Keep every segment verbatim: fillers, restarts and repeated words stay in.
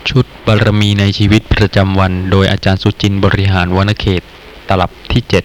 ชุดบารมีในชีวิตประจำวันโดยอาจารย์สุจินต์บริหารวรรณเขตตลับที่เจ็ด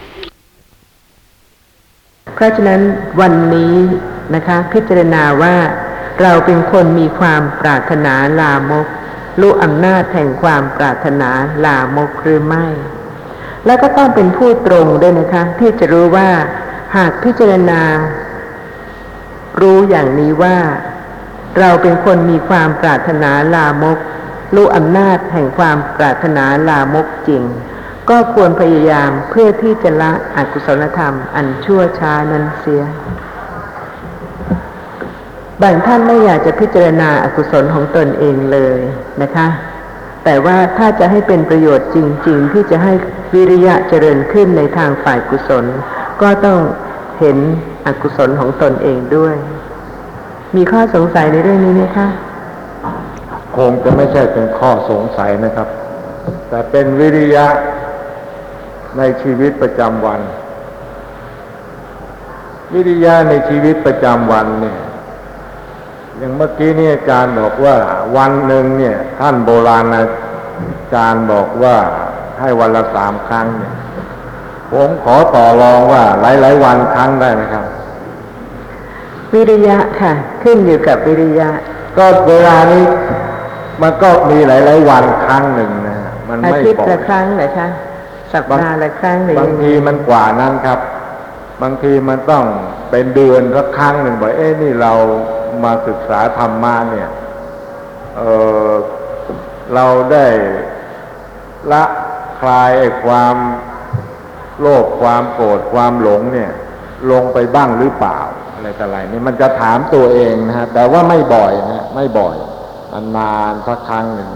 เพราะฉะนั้นวันนี้นะคะพิจารณาว่าเราเป็นคนมีความปรารถนาลามกรู้อำนาจแห่งความปรารถนาลามกหรือไม่แล้วก็ต้องเป็นผู้ตรงด้วยนะคะที่จะรู้ว่าหากพิจารณารู้อย่างนี้ว่าเราเป็นคนมีความปรารถนาลามกรู้อำนาจแห่งความปรารถนาลามกจริงก็ควรพยายามเพื่อที่จะละอกุศลธรรมอันชั่วช้านั้นเสียบางท่านไม่อยากจะพิจารณาอกุศลของตนเองเลยนะคะแต่ว่าถ้าจะให้เป็นประโยชน์จริงๆที่จะให้วิริยะเจริญขึ้นในทางฝ่ายกุศลก็ต้องเห็นอกุศลของตนเองด้วยมีข้อสงสัยในเรื่องนี้ไหมคะคงจะไม่ใช่เป็นข้อสงสัยนะครับแต่เป็นวิริยะในชีวิตประจำวันวิริยะในชีวิตประจำวันเนี่ยอย่างเมื่อกี้นี่อาจารย์บอกว่าวันหนึ่งเนี่ยท่านโบราณอาจารย์บอกว่าให้วันละสามครั้งเนี่ยผมขอต่อรองว่าหลายๆวันครั้งได้ไหมครับวิริยะค่ะขึ้นอยู่กับวิริยะก็เวลานี้มันก็มีหลายๆวันครั้งหนึ่งนะมันไม่อาทิตย์ละครั้งเหรอคะสัปดาห์ละครั้งหรือบางทีมันกว่านั้นครับบางทีมันต้องเป็นเดือนละครั้งหนึ่งบอกเอ๊ะนี่เรามาศึกษาธรรมะเนี่ยเออเราได้ละคลายไอ้ความโลภความโกรธความหลงเนี่ยลงไปบ้างหรือเปล่าอะไรต่ออะไรนี่มันจะถามตัวเองนะฮะแต่ว่าไม่บ่อยนะไม่บ่อยนานๆสักครั้งหนึ่ง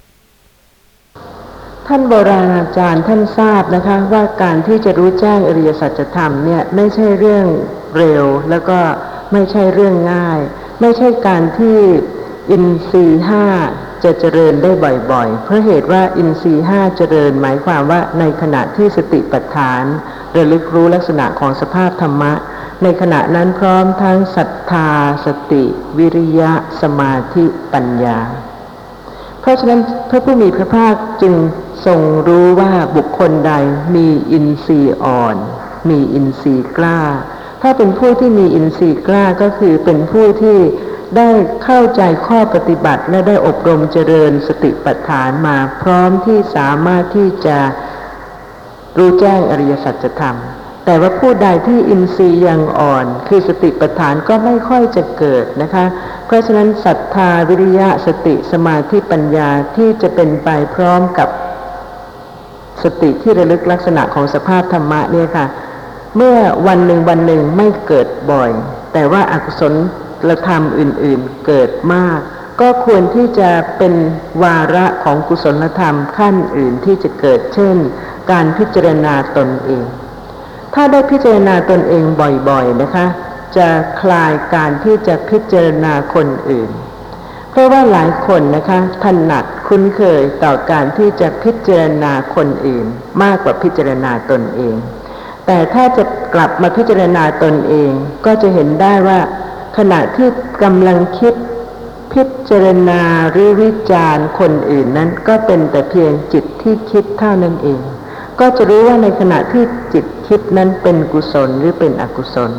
ท่านโบราณอาจารย์ท่านทราบนะคะว่าการที่จะรู้แจ้งอริยสัจธรรมเนี่ยไม่ใช่เรื่องเร็วแล้วก็ไม่ใช่เรื่องง่ายไม่ใช่การที่อินทรีย์ห้าจะเจริญได้บ่อยๆเพราะเหตุว่าอินทรีย์ห้าเจริญหมายความว่าในขณะที่สติปัฏฐานระลึกรู้ลักษณะของสภาพธรรมะในขณะนั้นพร้อมทั้งศรัทธาสติวิริยะสมาธิปัญญาเพราะฉะนั้นพระผู้มีพระภาคจึงทรงรู้ว่าบุคคลใดมีอินทรีย์อ่อนมีอินทรีย์กล้าถ้าเป็นผู้ที่มีอินทรีย์กล้าก็คือเป็นผู้ที่ได้เข้าใจข้อปฏิบัติและได้อบรมเจริญสติปัฏฐานมาพร้อมที่สามารถที่จะรู้แจ้งอริยสัจธรรมแต่ว่าผู้ใดที่อินทรีย์ยังอ่อนคือสติปัฏฐานก็ไม่ค่อยจะเกิดนะคะเพราะฉะนั้นศรัทธาวิริยะสติสมาธิปัญญาที่จะเป็นไปพร้อมกับสติที่ระลึกลักษณะของสภาพธรรมะเนี่ยค่ะเมื่อวันหนึ่งวันหนึ่งไม่เกิดบ่อยแต่ว่าอกุศลธรรมอื่นๆเกิดมากก็ควรที่จะเป็นวาระของกุศลธรรมขั้นอื่นที่จะเกิดเช่นการพิจารณาตนเองถ้าได้พิจารณาตนเองบ่อยๆนะคะจะคลายการที่จะพิจารณาคนอื่นเพราะว่าหลายคนนะคะถนัดคุ้นเคยต่อการที่จะพิจารณาคนอื่นมากกว่าพิจารณาตนเองแต่ถ้าจะกลับมาพิจารณาตนเองก็จะเห็นได้ว่าขณะที่กำลังคิดพิจารณาหรือวิจารณ์คนอื่นนั้นก็เป็นแต่เพียงจิตที่คิดเท่านั้นเองก็จะรู้ว่าในขณะที่จิตคิดนั้นเป็นกุศลหรือเป็นอกุศล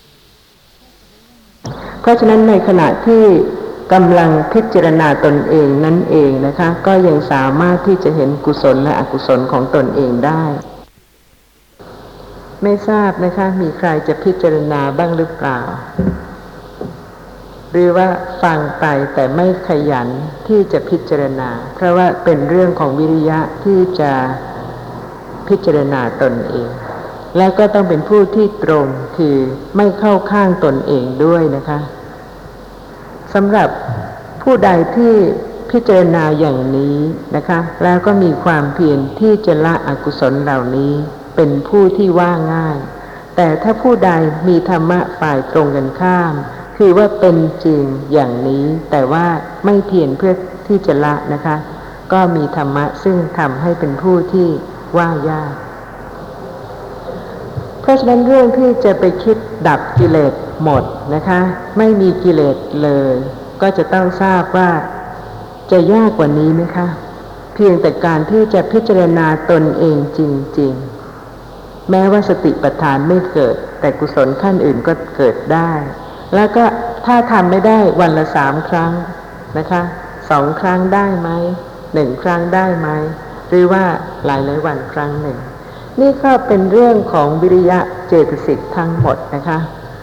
เพราะฉะนั้นในขณะที่กำลังพิจารณาตนเองนั่นเองนะคะก็ยังสามารถที่จะเห็นกุศลและอกุศลของตนเองได้ไม่ทราบนะคะมีใครจะพิจารณาบ้างหรือเปล่าหรือว่าฟังไปแต่ไม่ขยันที่จะพิจารณาเพราะว่าเป็นเรื่องของวิริยะที่จะพิจารณาตนเองและก็ต้องเป็นผู้ที่ตรงคือไม่เข้าข้างตนเองด้วยนะคะสำหรับผู้ใดที่พิจารณาอย่างนี้นะคะแล้วก็มีความเพียรที่จะละอกุศลเหล่านี้เป็นผู้ที่ว่าง่ายแต่ถ้าผู้ใดมีธรรมะฝ่ายตรงกันข้ามคือว่าเป็นจริงอย่างนี้แต่ว่าไม่เพียรเพื่อที่จะละนะคะก็มีธรรมะซึ่งทำให้เป็นผู้ที่ว่ายากเพราะฉะนั้นเรื่องที่จะไปคิดดับกิเลสหมดนะคะไม่มีกิเลสเลยก็จะต้องทราบว่าจะยากกว่านี้ไหมคะเพียงแต่การที่จะพิจารณาตนเองจริงๆแม้ว่าสติปัฏฐานไม่เกิดแต่กุศลขั้นอื่นก็เกิดได้แล้วก็ถ้าทำไม่ได้วันละสามครั้งนะคะสองครั้งได้ไหมหนึ่งครั้งได้ไหมหรือว่าหลายหลายวันครั้งหนึ่งนี่ก็เป็นเรื่องของวิริยะเจตสิกทั้งหมดนะคะ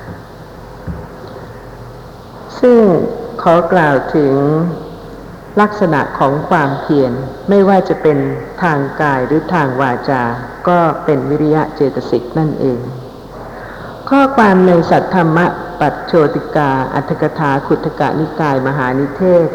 ซึ่งขอกล่าวถึงลักษณะของความเพียรไม่ว่าจะเป็นทางกายหรือทางวาจาก็เป็นวิริยะเจตสิกนั่นเองข้อความในสัทธรรมปัจโชติกาอัตถกถาขุททกนิกายมหานิเทศ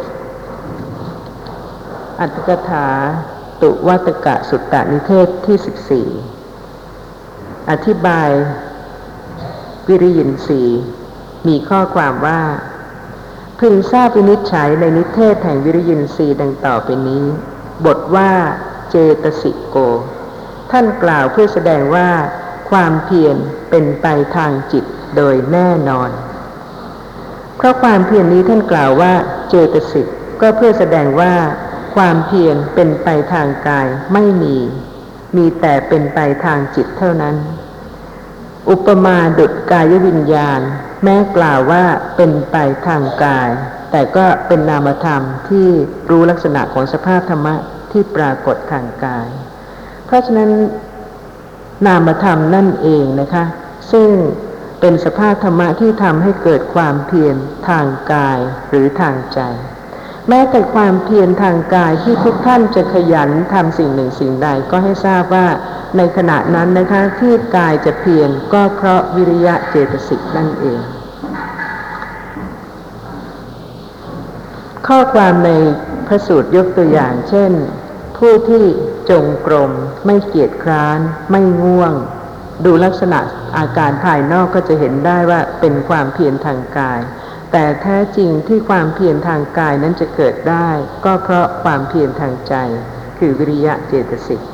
อัตถกถาตุวัตกะสุตตนิเทศที่สิบสี่อธิบายวิริยินทรีย์มีข้อความว่าพึงทราบวินิจฉัยในนิเทศแห่งวิริยินทรีย์ดังต่อไปนี้บทว่าเจตสิโกท่านกล่าวเพื่อแสดงว่าความเพียรเป็นไปทางจิตโดยแน่นอนเพราะความเพียรนี้ท่านกล่าวว่าเจตสิกก็เพื่อแสดงว่าความเพียรเป็นไปทางกายไม่มีมีแต่เป็นไปทางจิตเท่านั้นอุปมาดุจกายวิญญาณแม้กล่าวว่าเป็นไปทางกายแต่ก็เป็นนามธรรมที่รู้ลักษณะของสภาพธรรมะที่ปรากฏทางกายเพราะฉะนั้นนามธรรมนั่นเองนะคะซึ่งเป็นสภาพธรรมะที่ทำให้เกิดความเพียรทางกายหรือทางใจแม้แต่ความเพียรทางกายที่ทุกท่านจะขยันทำสิ่งหนึ่งสิ่งใดก็ให้ทราบว่าในขณะนั้นนะคะที่กายจะเพียรก็เพราะวิริยะเจตสิกนั่นเองข้อความในพระสูตรยกตัวอย่างเช่นผู้ที่จงกรมไม่เกียจคร้านไม่ง่วงดูลักษณะอาการภายนอกก็จะเห็นได้ว่าเป็นความเพียรทางกายแต่แท้จริงที่ความเพียรทางกายนั้นจะเกิดได้ก็เพราะความเพียรทางใจคือวิริยะเจตสิก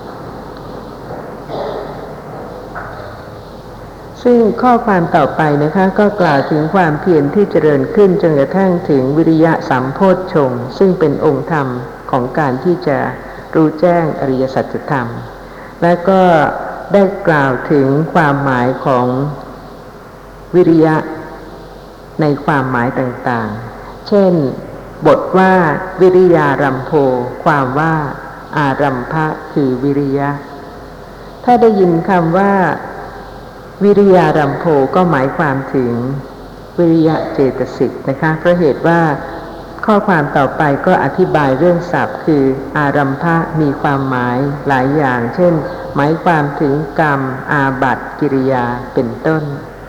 ซึ่งข้อความต่อไปนะคะก็กล่าวถึงความเพียรที่เจริญขึ้นจนกระทั่งถึงวิริยะสัมโพชฌงค์ซึ่งเป็นองค์ธรรมของการที่จะรู้แจ้งอริยสัจธรรมและก็ได้กล่าวถึงความหมายของวิริยะในความหมายต่างๆเช่นบทว่าวิริยารัมโภความว่าอารัมภะคือวิริยะถ้าได้ยินคำว่าวิริยารัมโภก็หมายความถึงวิริยะเจตสิกนะคะเพราะเหตุว่าข้อความต่อไปก็อธิบายเรื่องศัพท์คืออารัมภะมีความหมายหลายอย่างเช่นหมายความถึงกรรมอาบัติกิริยาเป็นต้น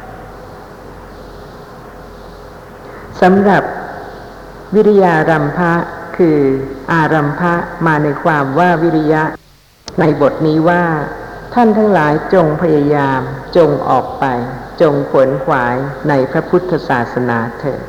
สำหรับวิริยารัมภะคืออารัมภะมาในความว่าวิริยะในบทนี้ว่าท่านทั้งหลายจงพยายามจงออกไปจงขวนขวายในพระพุทธศาสนาเถิด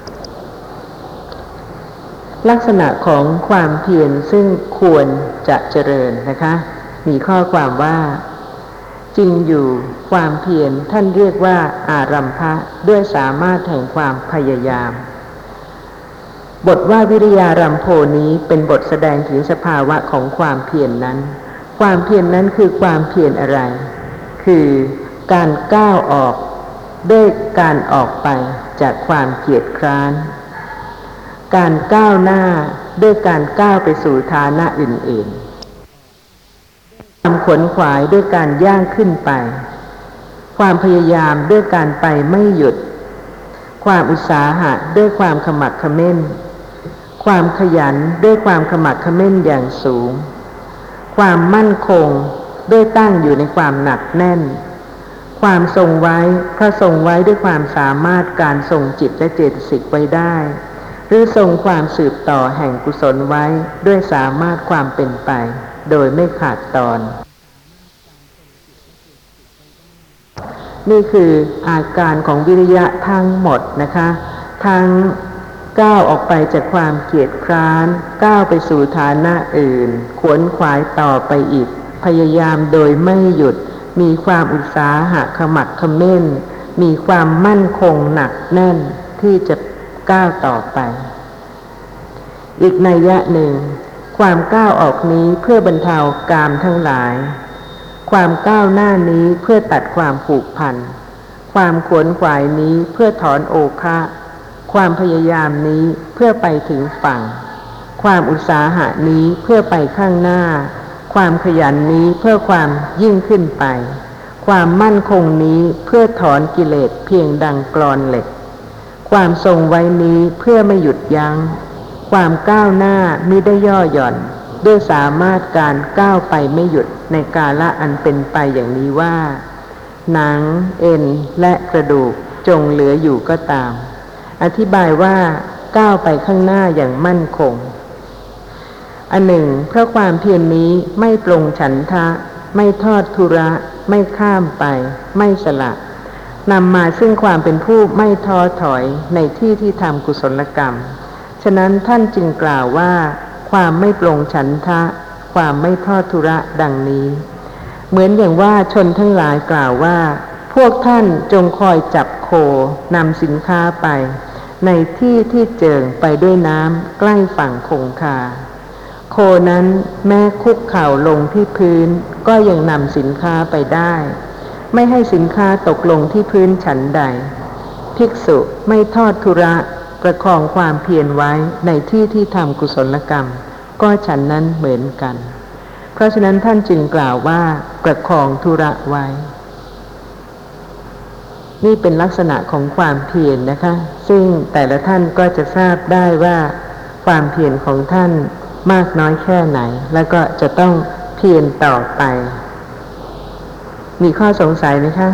ลักษณะของความเพียรซึ่งควรจะเจริญนะคะมีข้อความว่าจริงอยู่ความเพียรท่านเรียกว่าอารัมภะด้วยสามารถแห่งความพยายามบทว่าวิริยารัมโภนี้เป็นบทแสดงถึงสภาวะของความเพียรนั้นความเพียรนั้นคือความเพียรอะไรคือการก้าวออกด้วยการออกไปจากความเกียจคร้านการก้าวหน้าด้วยการก้าวไปสู่ฐานะอื่นๆความขวนขวายด้วยการย่างขึ้นไปความพยายามด้วยการไปไม่หยุดความอุตสาหะด้วยความขมักเขม้นความขยันด้วยความขมักเขม้นอย่างสูงความมั่นคงด้วยตั้งอยู่ในความหนักแน่นความทรงไว้เพราะทรงไว้ด้วยความสามารถการทรงจิตและเจตสิกไว้ได้หรือทรงความสืบต่อแห่งกุศลไว้ด้วยสามารถความเป็นไปโดยไม่ขาดตอนนี่คืออาการของวิริยะทั้งหมดนะคะทั้งก้าวออกไปจากความเกียจคร้านก้าวไปสู่ฐานะอื่นขวนขวายต่อไปอีกพยายามโดยไม่หยุดมีความอุตสาหะขมักเขม้นมีความมั่นคงหนักแน่นที่จะก้าวต่อไปอีกนัยยะหนึ่งความก้าวออกนี้เพื่อบรรเทากามทั้งหลายความก้าวหน้านี้เพื่อตัดความผูกพันความขวนขวายนี้เพื่อถอนโอคะความพยายามนี้เพื่อไปถึงฝั่งความอุตสาหะนี้เพื่อไปข้างหน้าความขยันนี้เพื่อความยิ่งขึ้นไปความมั่นคงนี้เพื่อถอนกิเลสเพียงดังกลอนเหล็กความทรงไว้นี้เพื่อไม่หยุดยัง้งความก้าวหน้ามิได้ย่อหย่อนด้วยสามารถการก้าวไปไม่หยุดในกาละอันเป็นไปอย่างนี้ว่าหนังเอ็นและกระดูกจงเหลืออยู่ก็ตามอธิบายว่าก้าวไปข้างหน้าอย่างมั่นคงอันหนึ่งเพราะความเพียรนี้ไม่ปลงฉันทะไม่ทอดทุระไม่ข้ามไปไม่สละนำมาซึ่งความเป็นผู้ไม่ท้อถอยในที่ที่ทำกุศลกรรมฉะนั้นท่านจึงกล่าวว่าความไม่ปลงฉันทะความไม่ทอดทุระดังนี้เหมือนอย่างว่าชนทั้งหลายกล่าวว่าพวกท่านจงคอยจับโคนำสินค้าไปในที่ที่เจิ่งไปด้วยน้ำใกล้ฝั่งคงคาโคนั้นแม้คุกเข่าลงที่พื้นก็ยังนำสินค้าไปได้ไม่ให้สินค้าตกลงที่พื้นฉันใดภิกษุไม่ทอดทุระประคองความเพียรไว้ในที่ที่ทำกุศลกรรมก็ฉันนั้นเหมือนกันเพราะฉะนั้นท่านจึงกล่าวว่าประคองธุระไว้นี่เป็นลักษณะของความเพียรนะคะซึ่งแต่ละท่านก็จะทราบได้ว่าความเพียรของท่านมากน้อยแค่ไหนแล้วก็จะต้องเพียรต่อไปมีข้อสงสัยไหมคะ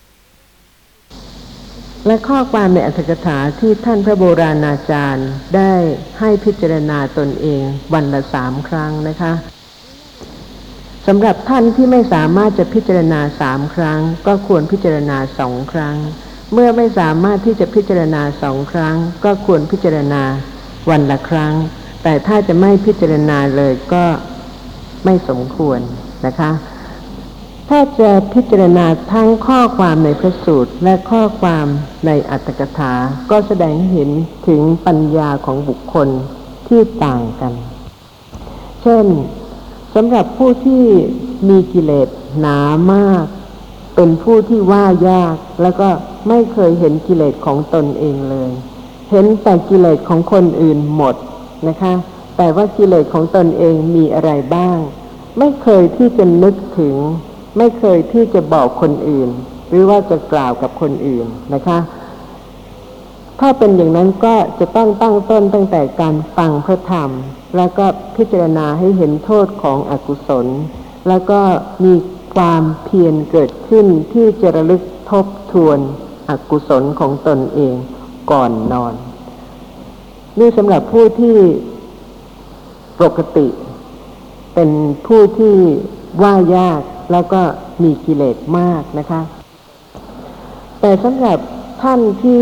และข้อความในอรรถกถาที่ท่านพระโบราณอาจารย์ได้ให้พิจารณาตนเองวันละสามครั้งนะคะสำหรับท่านที่ไม่สามารถจะพิจารณาสามครั้งก็ควรพิจารณาสองครั้งเมื่อไม่สามารถที่จะพิจารณาสองครั้งก็ควรพิจารณาวันละครั้งแต่ถ้าจะไม่พิจารณาเลยก็ไม่สมควรนะคะถ้าจะพิจารณาทั้งข้อความในพระสูตรและข้อความในอรรถกถาก็แสดงเห็นถึงปัญญาของบุคคลที่ต่างกันเช่นสำหรับผู้ที่มีกิเลสหนามากเป็นผู้ที่ว่ายากแล้วก็ไม่เคยเห็นกิเลสของตนเองเลยเห็นแต่กิเลสของคนอื่นหมดนะคะแต่ว่ากิเลสของตนเองมีอะไรบ้างไม่เคยที่จะนึกถึงไม่เคยที่จะบอกคนอื่นหรือว่าจะกล่าวกับคนอื่นนะคะถ้าเป็นอย่างนั้นก็จะต้องตั้งต้นตั้งแต่การฟังพระธรรมแล้วก็พิจารณาให้เห็นโทษของอกุศลแล้วก็มีความเพียรเกิดขึ้นที่จะระลึกทบทวนอกุศลของตนเองก่อนนอนนี่สำหรับผู้ที่ปกติเป็นผู้ที่ว่ายากแล้วก็มีกิเลสมากนะคะแต่สำหรับท่านที่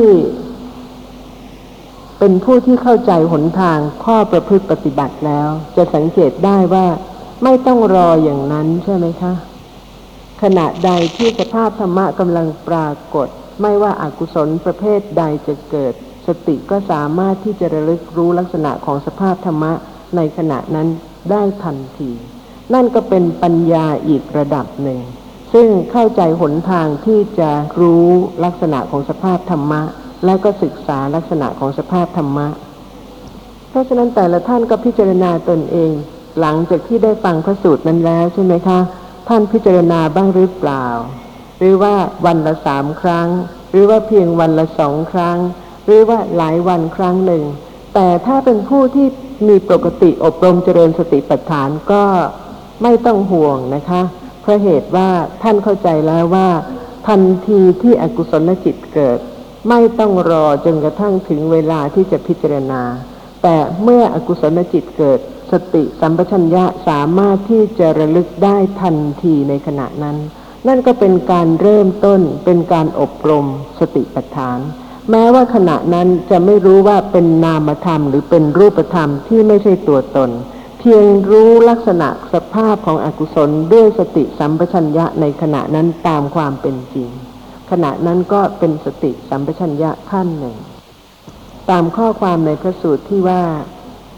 เป็นผู้ที่เข้าใจหนทางข้อประพฤติปฏิบัติแล้วจะสังเกตได้ว่าไม่ต้องรออย่างนั้นใช่ไหมคะขณะใดที่สภาพธรรมะกำลังปรากฏไม่ว่าอกุศลประเภทใดจะเกิดสติก็สามารถที่จะระลึกรู้ลักษณะของสภาพธรรมะในขณะนั้นได้ทันทีนั่นก็เป็นปัญญาอีกระดับหนึ่งซึ่งเข้าใจหนทางที่จะรู้ลักษณะของสภาพธรรมะและก็ศึกษาลักษณะของสภาพธรรมะเพราะฉะนั้นแต่ละท่านก็พิจารณาตนเองหลังจากที่ได้ฟังพระสูตรนั้นแล้วใช่ไหมคะท่านพิจารณาบ้างหรือเปล่าหรือว่าวันละสามครั้งหรือว่าเพียงวันละสองครั้งหรือว่าหลายวันครั้งหนึ่งแต่ถ้าเป็นผู้ที่มีปกติอบรมเจริญสติปัฏฐานก็ไม่ต้องห่วงนะคะเพราะเหตุว่าท่านเข้าใจแล้วว่าทันทีที่อกุศลจิตเกิดไม่ต้องรอจนกระทั่งถึงเวลาที่จะพิจารณาแต่เมื่ออกุศลจิตเกิดสติสัมปชัญญะสามารถที่จะระลึกได้ทันทีในขณะนั้นนั่นก็เป็นการเริ่มต้นเป็นการอบรมสติปัฏฐานแม้ว่าขณะนั้นจะไม่รู้ว่าเป็นนามธรรมหรือเป็นรูปธรรมที่ไม่ใช่ตัวตนเพียงรู้ลักษณะสภาพของอกุศลด้วยสติสัมปชัญญะในขณะนั้นตามความเป็นจริงขณะนั้นก็เป็นสติสัมปชัญญะขั้นหนึ่งตามข้อความในพระสูตรที่ว่า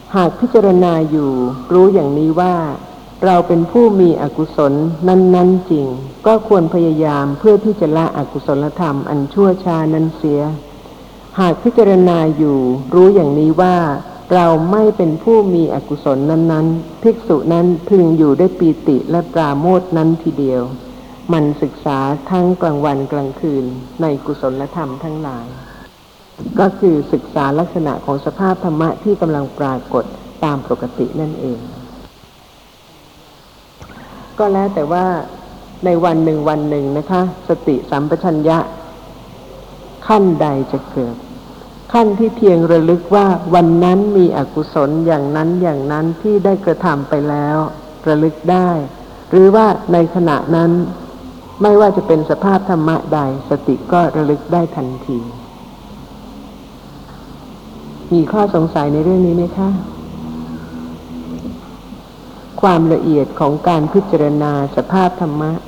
หากพิจารณาอยู่รู้อย่างนี้ว่าเราเป็นผู้มีอกุศลนั้นๆจริงก็ควรพยายามเพื่อที่จะละอกุศลธรรมอันชั่วช้านั้นเสียหากพิจารณาอยู่รู้อย่างนี้ว่าเราไม่เป็นผู้มีอกุศลนั้นๆภิกษุนั้นพึงอยู่ด้วยปีติและปราโมทย์นั้นทีเดียวมันศึกษาทั้งกลางวันกลางคืนในกุศลธรรมทั้งหลายก็คือศึกษาลักษณะของสภาพธรรมะที่กำลังปรากฏตามปกตินั่นเองก็แล้วแต่ว่าในวันหนึ่งวันหนึ่งนะคะสติสัมปชัญญะขั้นใดจะเกิดขั้นที่เพียงระลึกว่าวันนั้นมีอกุศลอย่างนั้นอย่างนั้นที่ได้กระทำไปแล้วระลึกได้หรือว่าในขณะนั้นไม่ว่าจะเป็นสภาพธรรมะใดสติก็ระลึกได้ทันทีมีข้อสงสัยในเรื่องนี้ไหมคะความละเอียดของการพิจารณาสภาพธรรมะ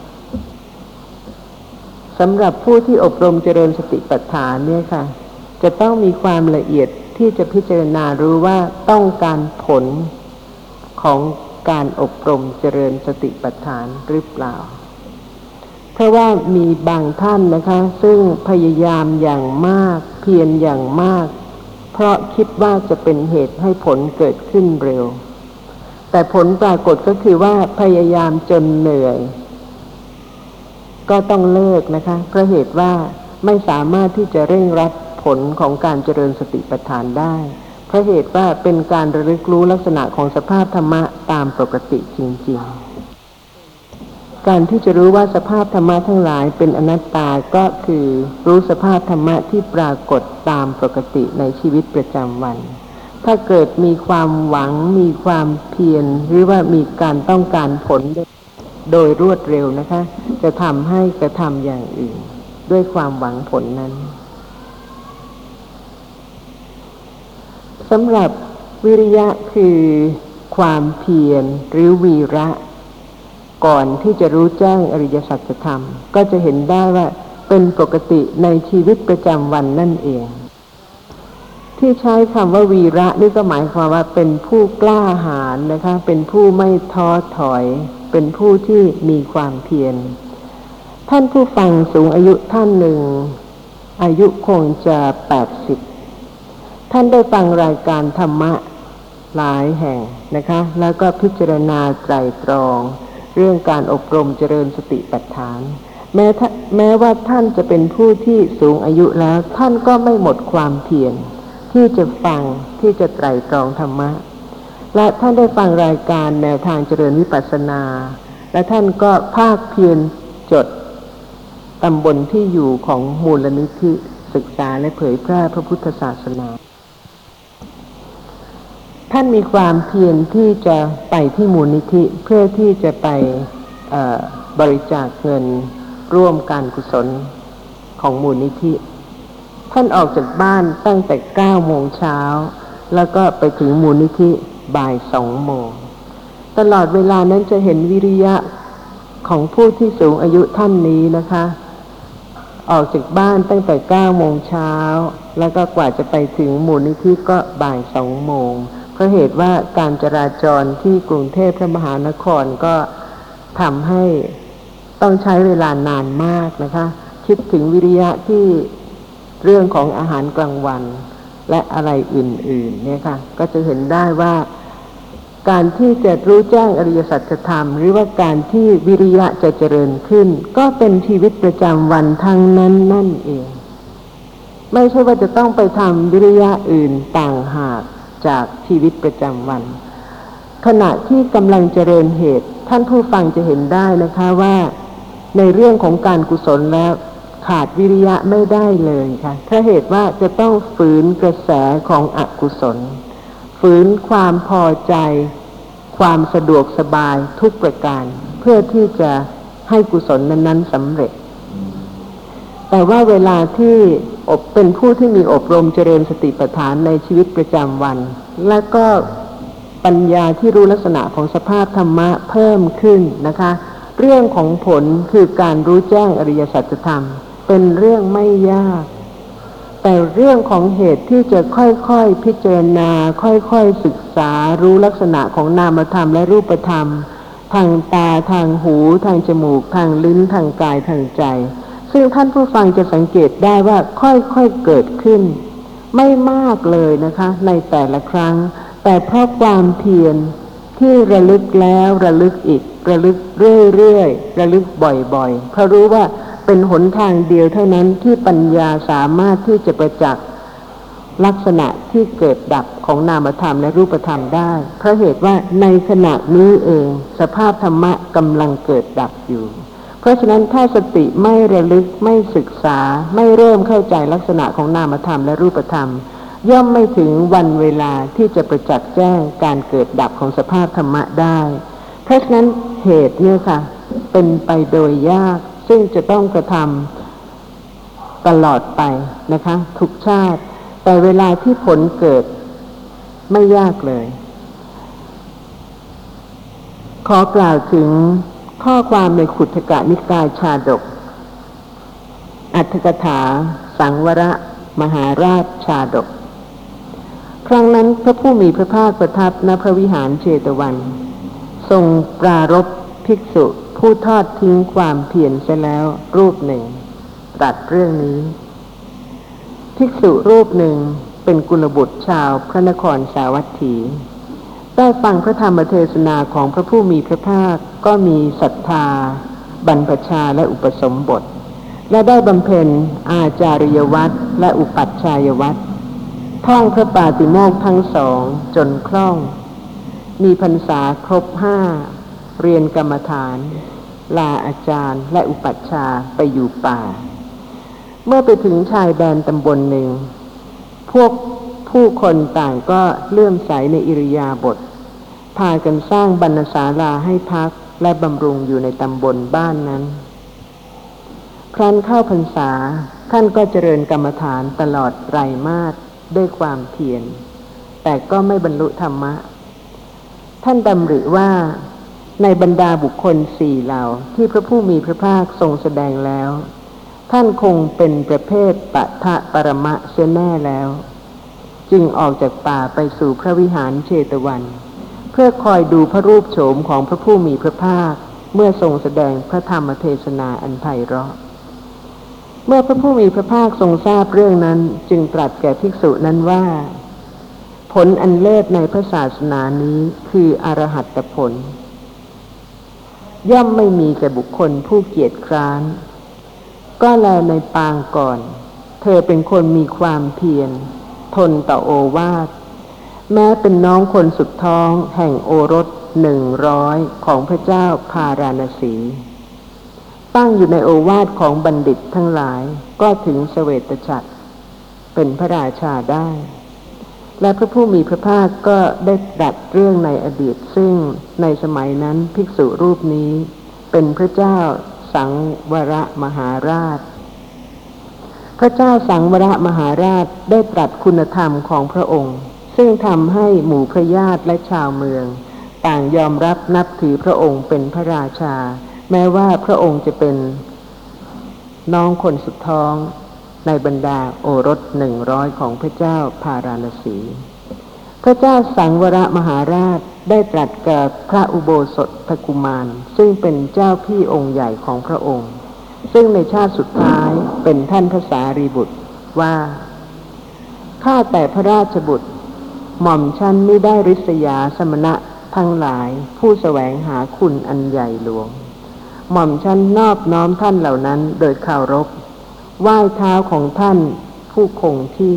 สำหรับผู้ที่อบรมเจริญสติปัฏฐานเนี่ยค่ะจะต้องมีความละเอียดที่จะพิจารณารู้ว่าต้องการผลของการอบรมเจริญสติปัฏฐานหรือเปล่าเพราะว่ามีบางท่านนะคะซึ่งพยายามอย่างมากเพียรอย่างมากเพราะคิดว่าจะเป็นเหตุให้ผลเกิดขึ้นเร็วแต่ผลปรากฏก็คือว่าพยายามจนเหนื่อยก็ต้องเลิกนะคะเพราะเหตุว่าไม่สามารถที่จะเร่งรัดผลของการเจริญสติปัฏฐานได้เพราะเหตุว่าเป็นการระลึกรู้ลักษณะของสภาพธรรมะตามปกติจริงๆการที่จะรู้ว่าสภาพธรรมะทั้งหลายเป็นอนัตตาก็คือรู้สภาพธรรมะที่ปรากฏตามปกติในชีวิตประจำวันถ้าเกิดมีความหวังมีความเพียรหรือว่ามีการต้องการผลโดยรวดเร็วนะคะจะทำให้กระทำอย่างอื่นด้วยความหวังผลนั้นสำหรับวิริยะคือความเพียรหรือวีระก่อนที่จะรู้แจ้งอริยสัจธรรมก็จะเห็นได้ว่าเป็นปกติในชีวิตประจำวันนั่นเองที่ใช้คำว่าวีระนี่ก็หมายความว่าเป็นผู้กล้าหาญนะคะเป็นผู้ไม่ท้อถอยเป็นผู้ที่มีความเพียรท่านผู้ฟังสูงอายุท่านหนึ่งอายุคงจะแปดสิบท่านได้ฟังรายการธรรมะหลายแห่งนะคะแล้วก็พิจารณาไตร่ตรองเรื่องการอบรมเจริญสติปัฏฐานแม้แม้ว่าท่านจะเป็นผู้ที่สูงอายุแล้วท่านก็ไม่หมดความเพียรที่จะฟังที่จะไตร่ตรองธรรมะและท่านได้ฟังรายการแนวทางเจริญวิปัสสนาและท่านก็ภาคเพียรจดตำบลที่อยู่ของมูลนิธิศึกษาและเผยแพร่พระพุทธศาสนาท่านมีความเพียรที่จะไปที่มูลนิธิเพื่อที่จะไปบริจาคเงินร่วมการกุศลของมูลนิธิท่านออกจากบ้านตั้งแต่เก้าโมงเช้าแล้วก็ไปถึงมูลนิธิบ่ายสองโมงตลอดเวลานั้นจะเห็นวิริยะของผู้ที่สูงอายุท่านนี้นะคะออกจากบ้านตั้งแต่เก้าโมงเช้าแล้วก็กว่าจะไปถึงมูลนิธิก็บ่ายสองโมงเพราะเหตุว่าการจราจรที่กรุงเทพพระมหานครก็ทำให้ต้องใช้เวลานานมากนะคะคิดถึงวิริยะที่เรื่องของอาหารกลางวันและอะไรอื่นๆเนี่ยค่ะก็จะเห็นได้ว่าการที่จะรู้แจ้งอริยสัจธรรมหรือว่าการที่วิริยะจะเจริญขึ้นก็เป็นชีวิตประจำวันทั้งนั้นนั่นเองไม่ใช่ว่าจะต้องไปทำวิริยะอื่นต่างหากจากชีวิตประจำวันขณะที่กำลังเจริญเหตุท่านผู้ฟังจะเห็นได้นะคะว่าในเรื่องของการกุศลแล้วขาดวิริยะไม่ได้เลยค่ะเพราะเหตุว่าจะต้องฝืนกระแสของอกุศลฝืนความพอใจความสะดวกสบายทุกประการเพื่อที่จะให้กุศลนั้นๆสำเร็จแต่ว่าเวลาที่อบเป็นผู้ที่มีอบรมเจริญสติปัฏฐานในชีวิตประจำวันและก็ปัญญาที่รู้ลักษณะของสภาพธรรมะเพิ่มขึ้นนะคะเรื่องของผลคือการรู้แจ้งอริยสัจธรรมเป็นเรื่องไม่ยากแต่เรื่องของเหตุที่จะค่อยๆพิจารณาค่อยๆศึกษารู้ลักษณะของนามธรรมและรูปธรรมทางตาทางหูทางจมูกทางลิ้นทางกายทางใจซึ่งท่านผู้ฟังจะสังเกตได้ว่าค่อยๆเกิดขึ้นไม่มากเลยนะคะในแต่ละครั้งแต่เพราะความเพียรที่ระลึกแล้วระลึกอีกระลึกเรื่อยๆระลึกบ่อยๆเพราะรู้ว่าเป็นหนทางเดียวเท่านั้นที่ปัญญาสามารถที่จะประจักษ์ลักษณะที่เกิดดับของนามธรรมและรูปธรรมได้เพราะเหตุว่าในขณะนี้เองสภาพธรรมะกำลังเกิดดับอยู่เพราะฉะนั้นถ้าสติไม่ระลึกไม่ศึกษาไม่เริ่มเข้าใจลักษณะของนามธรรมและรูปธรรมย่อมไม่ถึงวันเวลาที่จะประจักษ์แจ้งการเกิดดับของสภาพธรรมะได้เพราะฉะนั้นเหตุเนี่ยค่ะเป็นไปโดยยากซึ่งจะต้องกระทำตลอดไปนะคะทุกชาติแต่เวลาที่ผลเกิดไม่ยากเลยขอกล่าวถึงข้อความในขุททกนิกายชาดกอรรถกถาสังวรมหาราชชาดกครั้งนั้นพระผู้มีพระภาคประทับณพระวิหารเชตวันทรงปรารภภิกษุผู้ทอดทิ้งความเพียรเสียแล้วรูปหนึ่งตรัสเรื่องนี้ภิกษุรูปหนึ่งเป็นกุลบุตรชาวพระนครสาวัตถีได้ฟังพระธรรมเทศนาของพระผู้มีพระภาคก็มีศรัทธาบรรพชาและอุปสมบทและได้บำเพ็ญอาจาริยวัตรและอุปัชฌายวัตรท่องพระปาติโมกข์ทั้งสองจนคล่องมีพรรษาครบห้าเรียนกรรมฐานลาอาจารย์และอุปัชฌาย์ไปอยู่ป่าเมื่อไปถึงชายแดนตำบลหนึ่งพวกผู้คนต่างก็เลื่อมใสในอิริยาบถพากันสร้างบรรณศาลาให้พักและบำรุงอยู่ในตำบลบ้านนั้นครั้นเข้าพรรษาท่านก็เจริญกรรมฐานตลอดไตรมาสด้วยความเพียรแต่ก็ไม่บรรลุธรรมะท่านดำริว่าในบรรดาบุคคลสี่เหล่าที่พระผู้มีพระภาคทรงแสดงแล้วท่านคงเป็นประเภทปะทะปรมะเสียแน่แล้วจึงออกจากป่าไปสู่พระวิหารเชตวันเพื่อคอยดูพระรูปโฉมของพระผู้มีพระภาคเมื่อทรงแสดงพระธรรมเทศนาอันไพเราะเมื่อพระผู้มีพระภาคทรงทราบเรื่องนั้นจึงตรัสแก่ภิกษุนั้นว่าผลอันเลิศในพระศาสนานี้คืออรหัตผลย่อมไม่มีแก่บุคคลผู้เกียจคร้านก็แลในปางก่อนเธอเป็นคนมีความเพียรทนต่อโอวาทแม้เป็นน้องคนสุดท้องแห่งโอรสหนึ่งร้อยของพระเจ้าพาราณสีตั้งอยู่ในโอวาทของบัณฑิตทั้งหลายก็ถึงเสวตฉัตรเป็นพระราชาได้และพระผู้มีพระภาคก็ได้ตรัสเรื่องในอดีตซึ่งในสมัยนั้นภิกษุรูปนี้เป็นพระเจ้าสังวรมหาราชพระเจ้าสังวรมหาราชได้ตรัสคุณธรรมของพระองค์ซึ่งทำให้หมู่พระญาติและชาวเมืองต่างยอมรับนับถือพระองค์เป็นพระราชาแม้ว่าพระองค์จะเป็นน้องคนสุดท้องในบรรดาโอรสหนึ่งร้อยของพระเจ้าพาราณสีพระเจ้าสังวรมหาราชได้ตรัสกับพระอุโบสถกุมารซึ่งเป็นเจ้าพี่องค์ใหญ่ของพระองค์ซึ่งในชาติสุดท้ายเป็นท่านพระสารีบุตรว่าข้าแต่พระราชบุตรหม่อมฉันไม่ได้ริษยาสมณะทั้งหลายผู้แสวงหาคุณอันใหญ่หลวงหม่อมฉันนอบน้อมท่านเหล่านั้นโดยเคารพไหว้เท้าของท่านผู้คงที่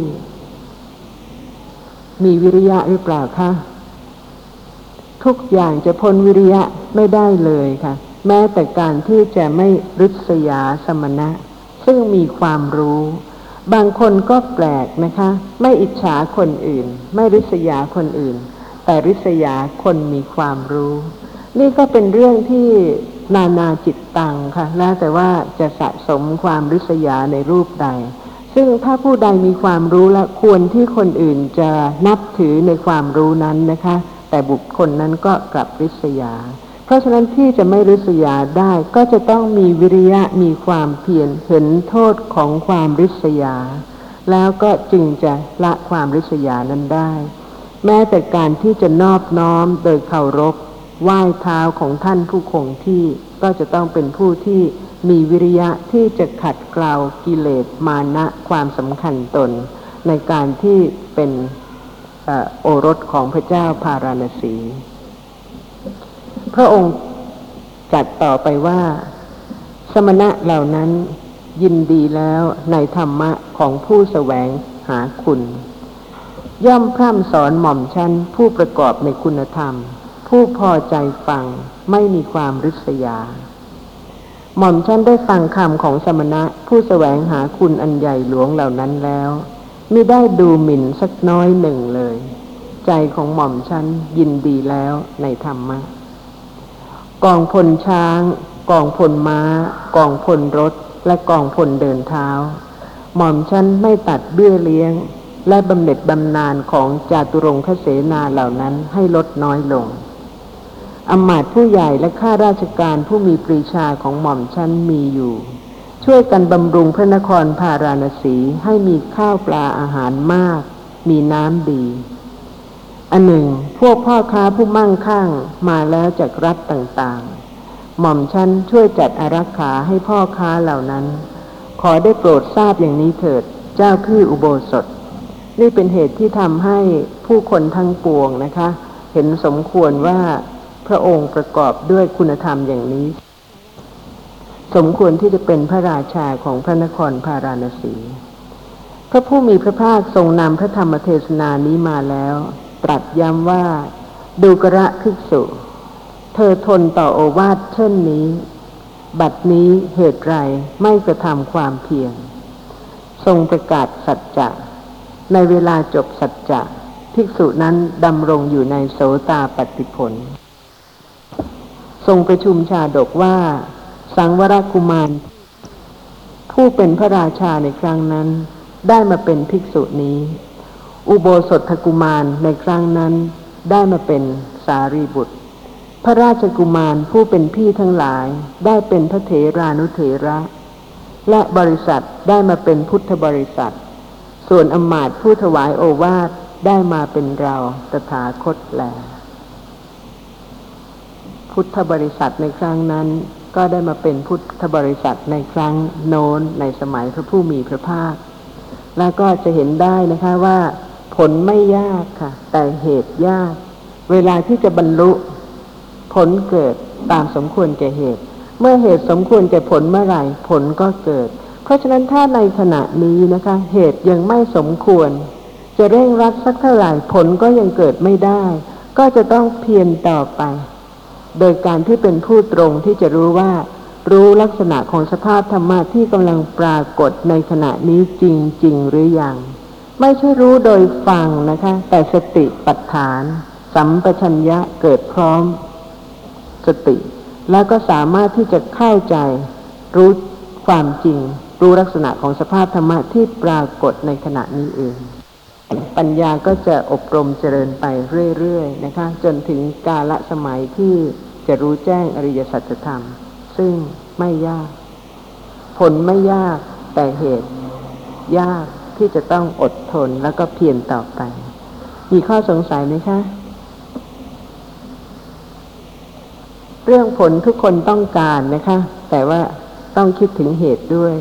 มีวิริยะหรือเปล่าคะทุกอย่างจะพ้นวิริยะไม่ได้เลยค่ะแม้แต่การที่จะไม่ริษยาสมณะซึ่งมีความรู้บางคนก็แปลกนะคะไม่อิจฉาคนอื่นไม่ริษยาคนอื่นแต่ริษยาคนมีความรู้นี่ก็เป็นเรื่องที่นานาจิตตังค่ะแล้วแต่ว่าจะสะสมความริษยาในรูปใดซึ่งถ้าผู้ใดมีความรู้แล้วควรที่คนอื่นจะนับถือในความรู้นั้นนะคะแต่บุคคลนั้นก็กลับริษยาเพราะฉะนั้นที่จะไม่ริษยาได้ก็จะต้องมีวิริยะมีความเพียรเห็นโทษของความริษยาแล้วก็จึงจะละความริษยานั้นได้แม้แต่การที่จะนอบน้อมโดยเคารพไหว้เท้าของท่านผู้คงที่ก็จะต้องเป็นผู้ที่มีวิริยะที่จะขัดเกลากิเลสมานะความสำคัญตนในการที่เป็นโอรสของพระเจ้าพาราณสี พระองค์จัดต่อไปว่าสมณะเหล่านั้นยินดีแล้วในธรรมะของผู้แสวงหาคุณย่อมพร่ำสอนหม่อมชั้นผู้ประกอบในคุณธรรมผู้พอใจฟังไม่มีความริษยาหม่อมชั้นได้ฟังคำของสมณะผู้แสวงหาคุณอันใหญ่หลวงเหล่านั้นแล้วมิได้ดูหมิ่นสักน้อยหนึ่งเลยใจของหม่อมชั้นยินดีแล้วในธรรมะกองพลช้างกองพลม้ากองพลรถและกองพลเดินเท้าหม่อมชั้นไม่ตัดเบี้ยเลี้ยงและบำเหน็จบำนาญของจาตุรงคเสนาเหล่านั้นให้ลดน้อยลงอำมาตย์ผู้ใหญ่และข้าราชการผู้มีปรีชาของหม่อมชั้นมีอยู่ช่วยกันบำรุงพระนครพาราณสีให้มีข้าวปลาอาหารมากมีน้ำดีอันหนึ่งพวกพ่อค้าผู้มั่งคั่งมาแล้วจากรัฐต่างๆหม่อมชั้นช่วยจัดอารักขาให้พ่อค้าเหล่านั้นขอได้โปรดทราบอย่างนี้เถิดเจ้าพี่อุโบสถนี่เป็นเหตุที่ทำให้ผู้คนทั้งปวงนะคะเห็นสมควรว่าพระองค์ประกอบด้วยคุณธรรมอย่างนี้สมควรที่จะเป็นพระราชาของพระนครพาราณสีพระผู้มีพระภาคทรงนำพระธรรมเทศนานี้มาแล้วตรัสย้ำว่าดูกระภิกษุเธอทนต่อโอวาทเช่นนี้บัดนี้เหตุไรไม่กระทำความเพียรทรงประกาศสัจจะในเวลาจบสัจจะภิกษุนั้นดำรงอยู่ในโสตาปัตติผลทรงประชุมชาดกว่าสังวรกุมารผู้เป็นพระราชาในครั้งนั้นได้มาเป็นภิกษุนี้อุโบสถกุมารในครั้งนั้นได้มาเป็นสารีบุตรพระราชกุมารผู้เป็นพี่ทั้งหลายได้เป็นพระเถรานุเถระและบริษัทได้มาเป็นพุทธบริษัทส่วนอมาตย์ผู้ถวายโอวาทได้มาเป็นเราตถาคตแลพุทธบริษัทในครั้งนั้นก็ได้มาเป็นพุทธบริษัทในครั้งโน้นในสมัยพระผู้มีพระภาคแล้วก็จะเห็นได้นะคะว่าผลไม่ยากค่ะแต่เหตุยากเวลาที่จะบรรลุผลเกิดตามสมควรแก่เหตุเมื่อเหตุสมควรแก่ผลเมื่อไหร่ผลก็เกิดเพราะฉะนั้นถ้าในขณะนี้นะคะเหตุยังไม่สมควรจะเร่งรัดสักเท่าไหร่ผลก็ยังเกิดไม่ได้ก็จะต้องเพียรต่อไปโดยการที่เป็นผู้ตรงที่จะรู้ว่ารู้ลักษณะของสภาพธรรมะที่กำลังปรากฏในขณะนี้จริงๆหรือยังไม่ใช่รู้โดยฟังนะคะแต่สติปัฏฐานสัมปชัญญะเกิดพร้อมสติแล้วก็สามารถที่จะเข้าใจรู้ความจริงรู้ลักษณะของสภาพธรรมะที่ปรากฏในขณะนี้เองปัญญาก็จะอบรมเจริญไปเรื่อยๆนะคะจนถึงกาลสมัยที่จะรู้แจ้งอริยสัจธรรมซึ่งไม่ยากผลไม่ยากแต่เหตุยากที่จะต้องอดทนแล้วก็เพียรต่อไปมีข้อสงสัยไหมคะเรื่องผลทุกคนต้องการนะคะแต่ว่าต้องคิดถึงเหตุด้วย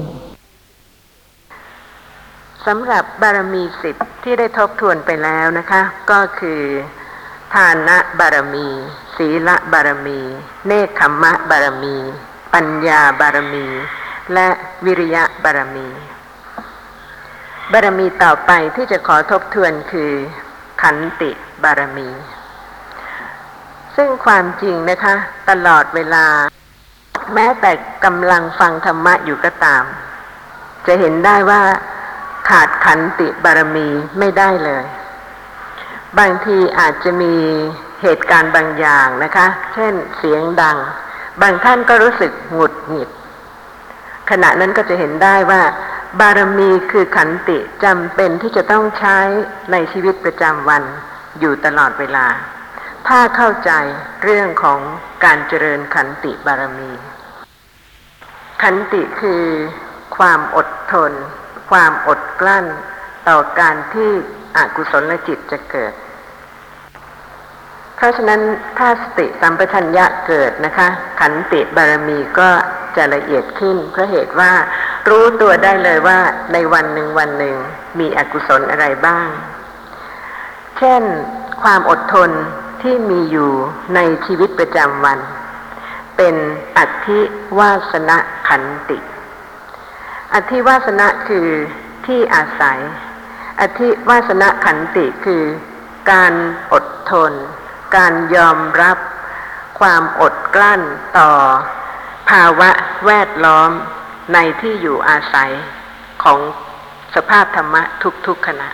สำหรับบารมีสิบที่ได้ทบทวนไปแล้วนะคะก็คือทานะบารมีศีลบารมีเนกขัมมะบารมีปัญญาบารมีและวิริยะบารมีบารมีต่อไปที่จะขอทบทวนคือขันติบารมีซึ่งความจริงนะคะตลอดเวลาแม้แต่กำลังฟังธรรมะอยู่ก็ตามจะเห็นได้ว่าขาดขันติบารมีไม่ได้เลยบางทีอาจจะมีเหตุการณ์บางอย่างนะคะเช่นเสียงดังบางท่านก็รู้สึกหงุดหงิดขณะนั้นก็จะเห็นได้ว่าบารมีคือขันติจำเป็นที่จะต้องใช้ในชีวิตประจำวันอยู่ตลอดเวลาถ้าเข้าใจเรื่องของการเจริญขันติบารมีขันติคือความอดทนความอดกลั้นต่อการที่อกุศลจิตจะเกิดเพราะฉะนั้นถ้าสติสัมปชัญญะเกิดนะคะขันติบารมีก็จะละเอียดขึ้นเพราะเหตุว่ารู้ตัวได้เลยว่าในวันหนึ่งวันหนึ่งมีอกุศลอะไรบ้างเช่นความอดทนที่มีอยู่ในชีวิตประจำวันเป็นอธิวาสนะขันติอธิวาสนะคือที่อาศัยอธิวาสนะขันติคือการอดทนการยอมรับความอดกลั้นต่อภาวะแวดล้อมในที่อยู่อาศัยของสภาพธรรมะทุกๆขณะ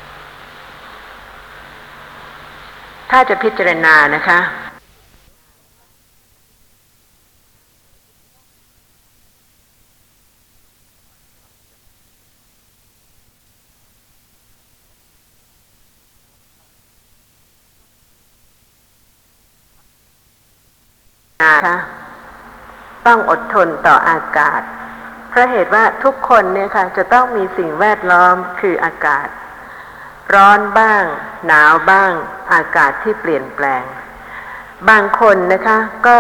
ถ้าจะพิจารณานะคะต้องอดทนต่ออากาศเพราะเหตุว่าทุกคนเนี่ยค่ะจะต้องมีสิ่งแวดล้อมคืออากาศร้อนบ้างหนาวบ้างอากาศที่เปลี่ยนแปลงบางคนนะคะก็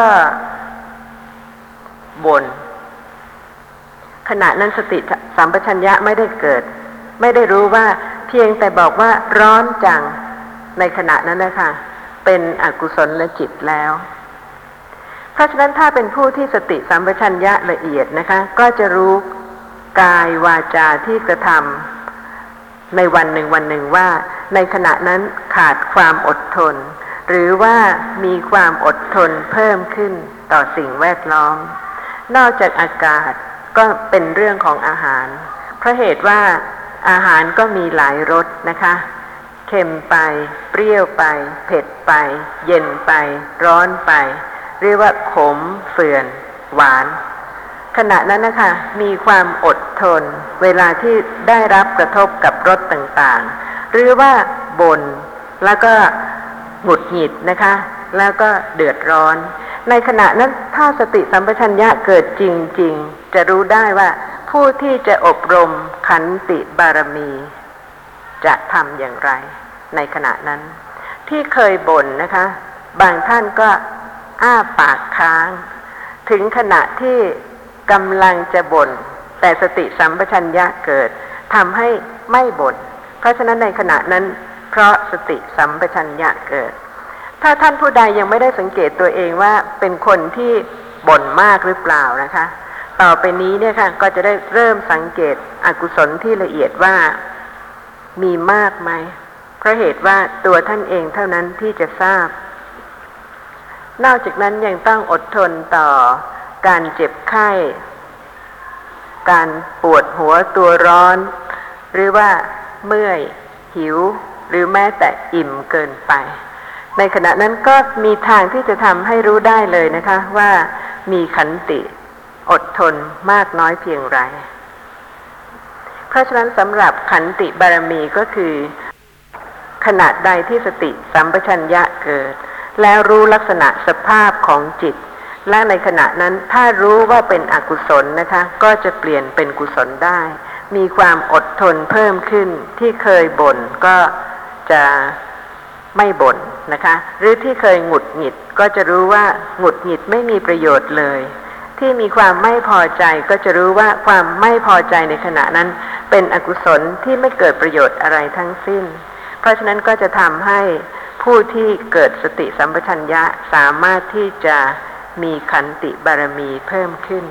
บ่นขณะนั้นสติสัมปชัญญะไม่ได้เกิดไม่ได้รู้ว่าเพียงแต่บอกว่าร้อนจังในขณะนั้นนะคะเป็นอกุศลจิตแล้วเพราะฉะนั้นถ้าเป็นผู้ที่สติสัมปชัญญะละเอียดนะคะก็จะรู้กายวาจาที่กระทำในวันหนึ่งวันหนึ่งว่าในขณะนั้นขาดความอดทนหรือว่ามีความอดทนเพิ่มขึ้นต่อสิ่งแวดล้อมนอกจากอากาศก็เป็นเรื่องของอาหารเพราะเหตุว่าอาหารก็มีหลายรสนะคะเค็มไปเปรี้ยวไปเผ็ดไปเย็นไปร้อนไปเรียกว่าขมเฝื่อนหวานขณะนั้นนะคะมีความอดทนเวลาที่ได้รับกระทบกับรสต่างๆหรือว่าบ่นแล้วก็หงุดหงิดนะคะแล้วก็เดือดร้อนในขณะนั้นถ้าสติสัมปชัญญะเกิดจริงๆจะรู้ได้ว่าผู้ที่จะอบรมขันติบารมีจะทำอย่างไรในขณะนั้นที่เคยบ่นนะคะบางท่านก็อ้าปากค้างถึงขณะที่กำลังจะบ่นแต่สติสัมปชัญญะเกิดทำให้ไม่บ่นเพราะฉะนั้นในขณะนั้นเพราะสติสัมปชัญญะเกิดถ้าท่านผู้ใดยังไม่ได้สังเกตตัวเองว่าเป็นคนที่บ่นมากหรือเปล่านะคะต่อไปนี้เนี่ยค่ะก็จะได้เริ่มสังเกตอกุศลที่ละเอียดว่ามีมากไหมเพราะเหตุว่าตัวท่านเองเท่านั้นที่จะทราบนอกจากนั้นยังต้องอดทนต่อการเจ็บไข้การปวดหัวตัวร้อนหรือว่าเมื่อยหิวหรือแม้แต่อิ่มเกินไปในขณะนั้นก็มีทางที่จะทำให้รู้ได้เลยนะคะว่ามีขันติอดทนมากน้อยเพียงไรเพราะฉะนั้นสำหรับขันติบารมีก็คือขณะใดที่สติสัมปชัญญะเกิดแล้วรู้ลักษณะสภาพของจิตและในขณะนั้นถ้ารู้ว่าเป็นอกุศลนะคะก็จะเปลี่ยนเป็นกุศลได้มีความอดทนเพิ่มขึ้นที่เคยบ่นก็จะไม่บ่นนะคะหรือที่เคยหงุดหงิดก็จะรู้ว่าหงุดหงิดไม่มีประโยชน์เลยที่มีความไม่พอใจก็จะรู้ว่าความไม่พอใจในขณะนั้นเป็นอกุศลที่ไม่เกิดประโยชน์อะไรทั้งสิ้นเพราะฉะนั้นก็จะทำให้ผู้ที่เกิดสติสัมปชัญญะสามารถที่จะมีขันติบารมีเพิ่มขึ้น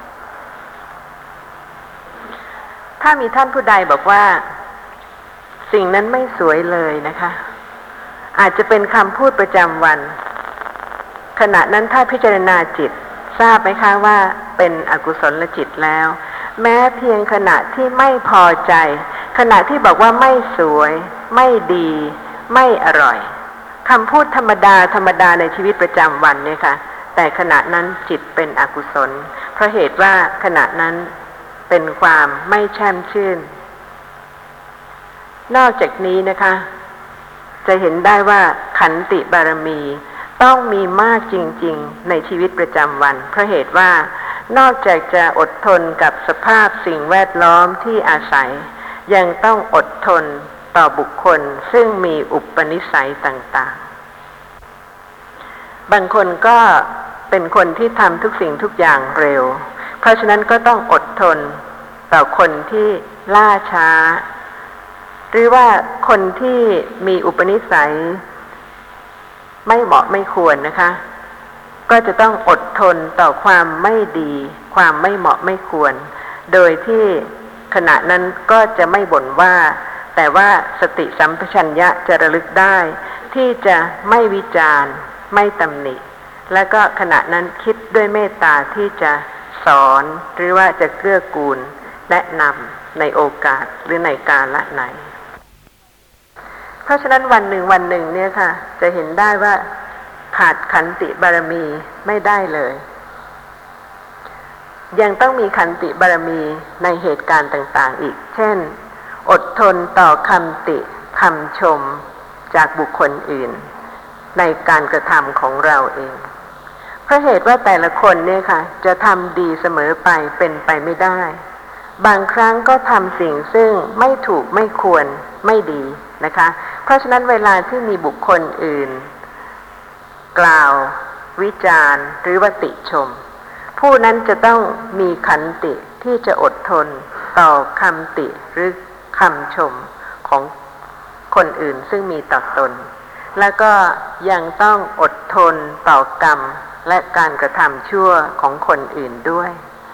ถ้ามีท่านผู้ใดบอกว่าสิ่งนั้นไม่สวยเลยนะคะอาจจะเป็นคำพูดประจำวันขณะนั้นถ้าพิจารณาจิตทราบไหมคะว่าเป็นอกุศลจิตแล้วแม้เพียงขณะที่ไม่พอใจขณะที่บอกว่าไม่สวยไม่ดีไม่อร่อยคำพูดธรรมดาธรรมดาในชีวิตประจำวันเนี่ยค่ะแต่ขณะนั้นจิตเป็นอกุศลเพราะเหตุว่าขณะนั้นเป็นความไม่แช่มชื่นนอกจากนี้นะคะจะเห็นได้ว่าขันติบารมีต้องมีมากจริงๆในชีวิตประจำวันเพราะเหตุว่านอกจากจะอดทนกับสภาพสิ่งแวดล้อมที่อาศัยยังต้องอดทนต่อบุคคลซึ่งมีอุปนิสัยต่างๆบางคนก็เป็นคนที่ทำทุกสิ่งทุกอย่างเร็วเพราะฉะนั้นก็ต้องอดทนต่อคนที่ล่าช้าหรือว่าคนที่มีอุปนิสัยไม่เหมาะไม่ควรนะคะก็จะต้องอดทนต่อความไม่ดีความไม่เหมาะไม่ควรโดยที่ขณะนั้นก็จะไม่บ่นว่าแต่ว่าสติสัมปชัญญะจะระลึกได้ที่จะไม่วิจารณ์ไม่ตำหนิและก็ขณะนั้นคิดด้วยเมตตาที่จะสอนหรือว่าจะเกื้อกูลแนะนำในโอกาสหรือในกาลไหนเพราะฉะนั้นวันหนึ่งวันหนึ่งเนี่ยค่ะจะเห็นได้ว่าขาดขันติบารมีไม่ได้เลยยังต้องมีขันติบารมีในเหตุการณ์ต่างๆอีกเช่นอดทนต่อคำติคำชมจากบุคคลอื่นในการกระทำของเราเองเพราะเหตุว่าแต่ละคนเนี่ยค่ะจะทำดีเสมอไปเป็นไปไม่ได้บางครั้งก็ทำสิ่งซึ่งไม่ถูกไม่ควรไม่ดีนะคะเพราะฉะนั้นเวลาที่มีบุคคลอื่นกล่าววิจารณ์หรือว่าติชมผู้นั้นจะต้องมีขันติที่จะอดทนต่อคำติหรือคำชมของคนอื่นซึ่งมีต่อตนแล้วก็ยังต้องอดทนต่อกรรมและการกระทำชั่วของคนอื่นด้วย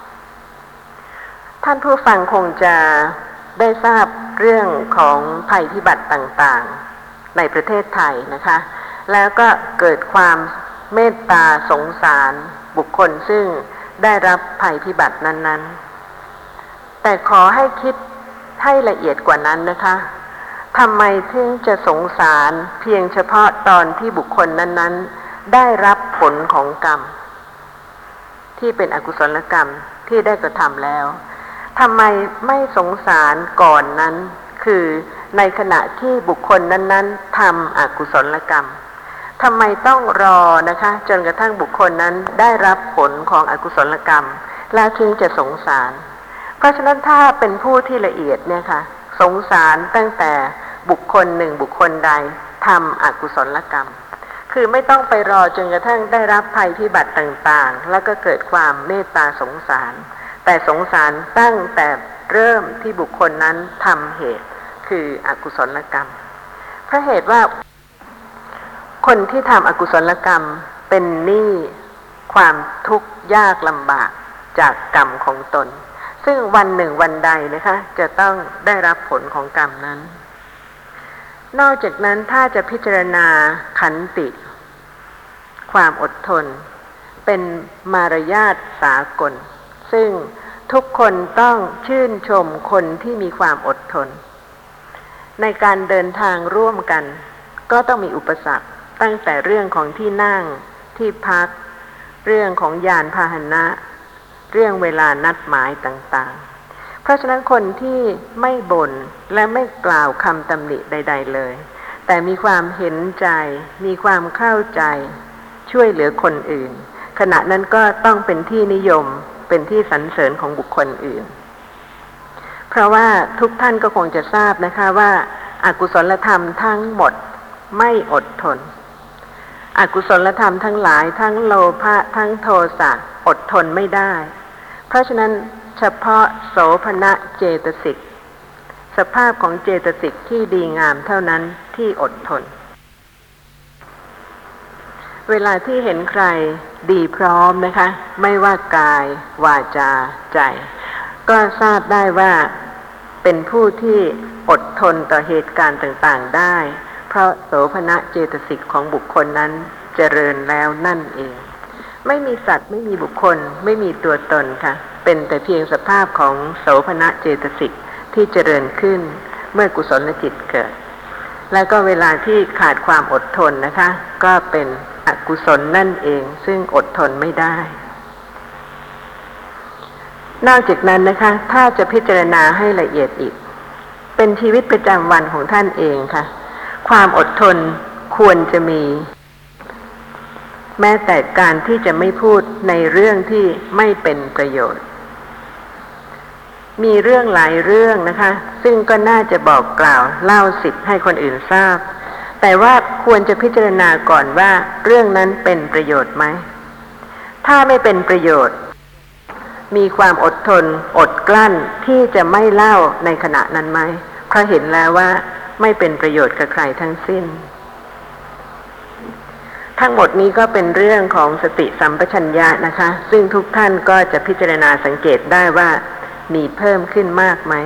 ท่านผู้ฟังคงจะได้ทราบเรื่องของภัยพิบัติต่างๆในประเทศไทยนะคะแล้วก็เกิดความเมตตาสงสารบุคคลซึ่งได้รับภัยพิบัตินั้นๆแต่ขอให้คิดให้ละเอียดกว่านั้นนะคะทำไมถึงจะสงสารเพียงเฉพาะตอนที่บุคคลนั้นๆได้รับผลของกรรมที่เป็นอกุศลกรรมที่ได้กระทำแล้วทำไมไม่สงสารก่อนนั้นคือในขณะที่บุคคลนั้นๆทำอกุศลกรรมทำไมต้องรอนะคะจนกระทั่งบุคคลนั้นได้รับผลของอกุศลกรรมแล้วถึงจะสงสารเพราะฉะนั้นถ้าเป็นผู้ที่ละเอียดเนี่ยค่ะสงสารตั้งแต่บุคคลหนึ่งบุคคลใดทำอกุศลกรรมคือไม่ต้องไปรอจนกระทั่งได้รับภัยพิบัติต่างๆแล้วก็เกิดความเมตตาสงสารแต่สงสารตั้งแต่เริ่มที่บุคคลนั้นทำเหตุคืออกุศลกรรมเพราะเหตุว่าคนที่ทำอกุศลกรรมเป็นหนี้ความทุกข์ยากลำบากจากกรรมของตนซึ่งวันหนึ่งวันใดนะคะจะต้องได้รับผลของกรรมนั้นนอกจากนั้นถ้าจะพิจารณาขันติความอดทนเป็นมารยาทสากลซึ่งทุกคนต้องชื่นชมคนที่มีความอดทนในการเดินทางร่วมกันก็ต้องมีอุปสรรคตั้งแต่เรื่องของที่นั่งที่พักเรื่องของยานพาหนะเรื่องเวลานัดหมายต่างๆเพราะฉะนั้นคนที่ไม่บ่นและไม่กล่าวคำตำหนิใดๆเลยแต่มีความเห็นใจมีความเข้าใจช่วยเหลือคนอื่นขณะนั้นก็ต้องเป็นที่นิยมเป็นที่สรรเสริญของบุคคลอื่นเพราะว่าทุกท่านก็คงจะทราบนะคะว่าอกุศลธรรมทั้งหมดไม่อดทนอกุศลธรรมทั้งหลายทั้งโลภะทั้งโทสะอดทนไม่ได้เพราะฉะนั้นเฉพาะโสภณเจตสิกสภาพของเจตสิกที่ดีงามเท่านั้นที่อดทนเวลาที่เห็นใครดีพร้อมนะคะไม่ว่ากายวาจาใจก็ทราบได้ว่าเป็นผู้ที่อดทนต่อเหตุการณ์ต่างๆได้เพราะโสภณเจตสิกของบุคคลนั้นเจริญแล้วนั่นเองไม่มีสัตว์ไม่มีบุคคลไม่มีตัวตนค่ะเป็นแต่เพียงสภาพของโสภณเจตสิกที่เจริญขึ้นเมื่อกุศลจิตเกิดแล้วก็เวลาที่ขาดความอดทนนะคะก็เป็นอกุศลนั่นเองซึ่งอดทนไม่ได้นอกจากนั้นนะคะถ้าจะพิจารณาให้ละเอียดอีกเป็นชีวิตประจำวันของท่านเองค่ะความอดทนควรจะมีแม้แต่การที่จะไม่พูดในเรื่องที่ไม่เป็นประโยชน์มีเรื่องหลายเรื่องนะคะซึ่งก็น่าจะบอกกล่าวเล่าสิบให้คนอื่นทราบแต่ว่าควรจะพิจารณาก่อนว่าเรื่องนั้นเป็นประโยชน์ไหมถ้าไม่เป็นประโยชน์มีความอดทนอดกลั้นที่จะไม่เล่าในขณะนั้นไหมเพราะเห็นแล้วว่าไม่เป็นประโยชน์กับใครทั้งสิ้นทั้งหมดนี้ก็เป็นเรื่องของสติสัมปชัญญะนะคะซึ่งทุกท่านก็จะพิจารณาสังเกตได้ว่ามีเพิ่มขึ้นมากไหม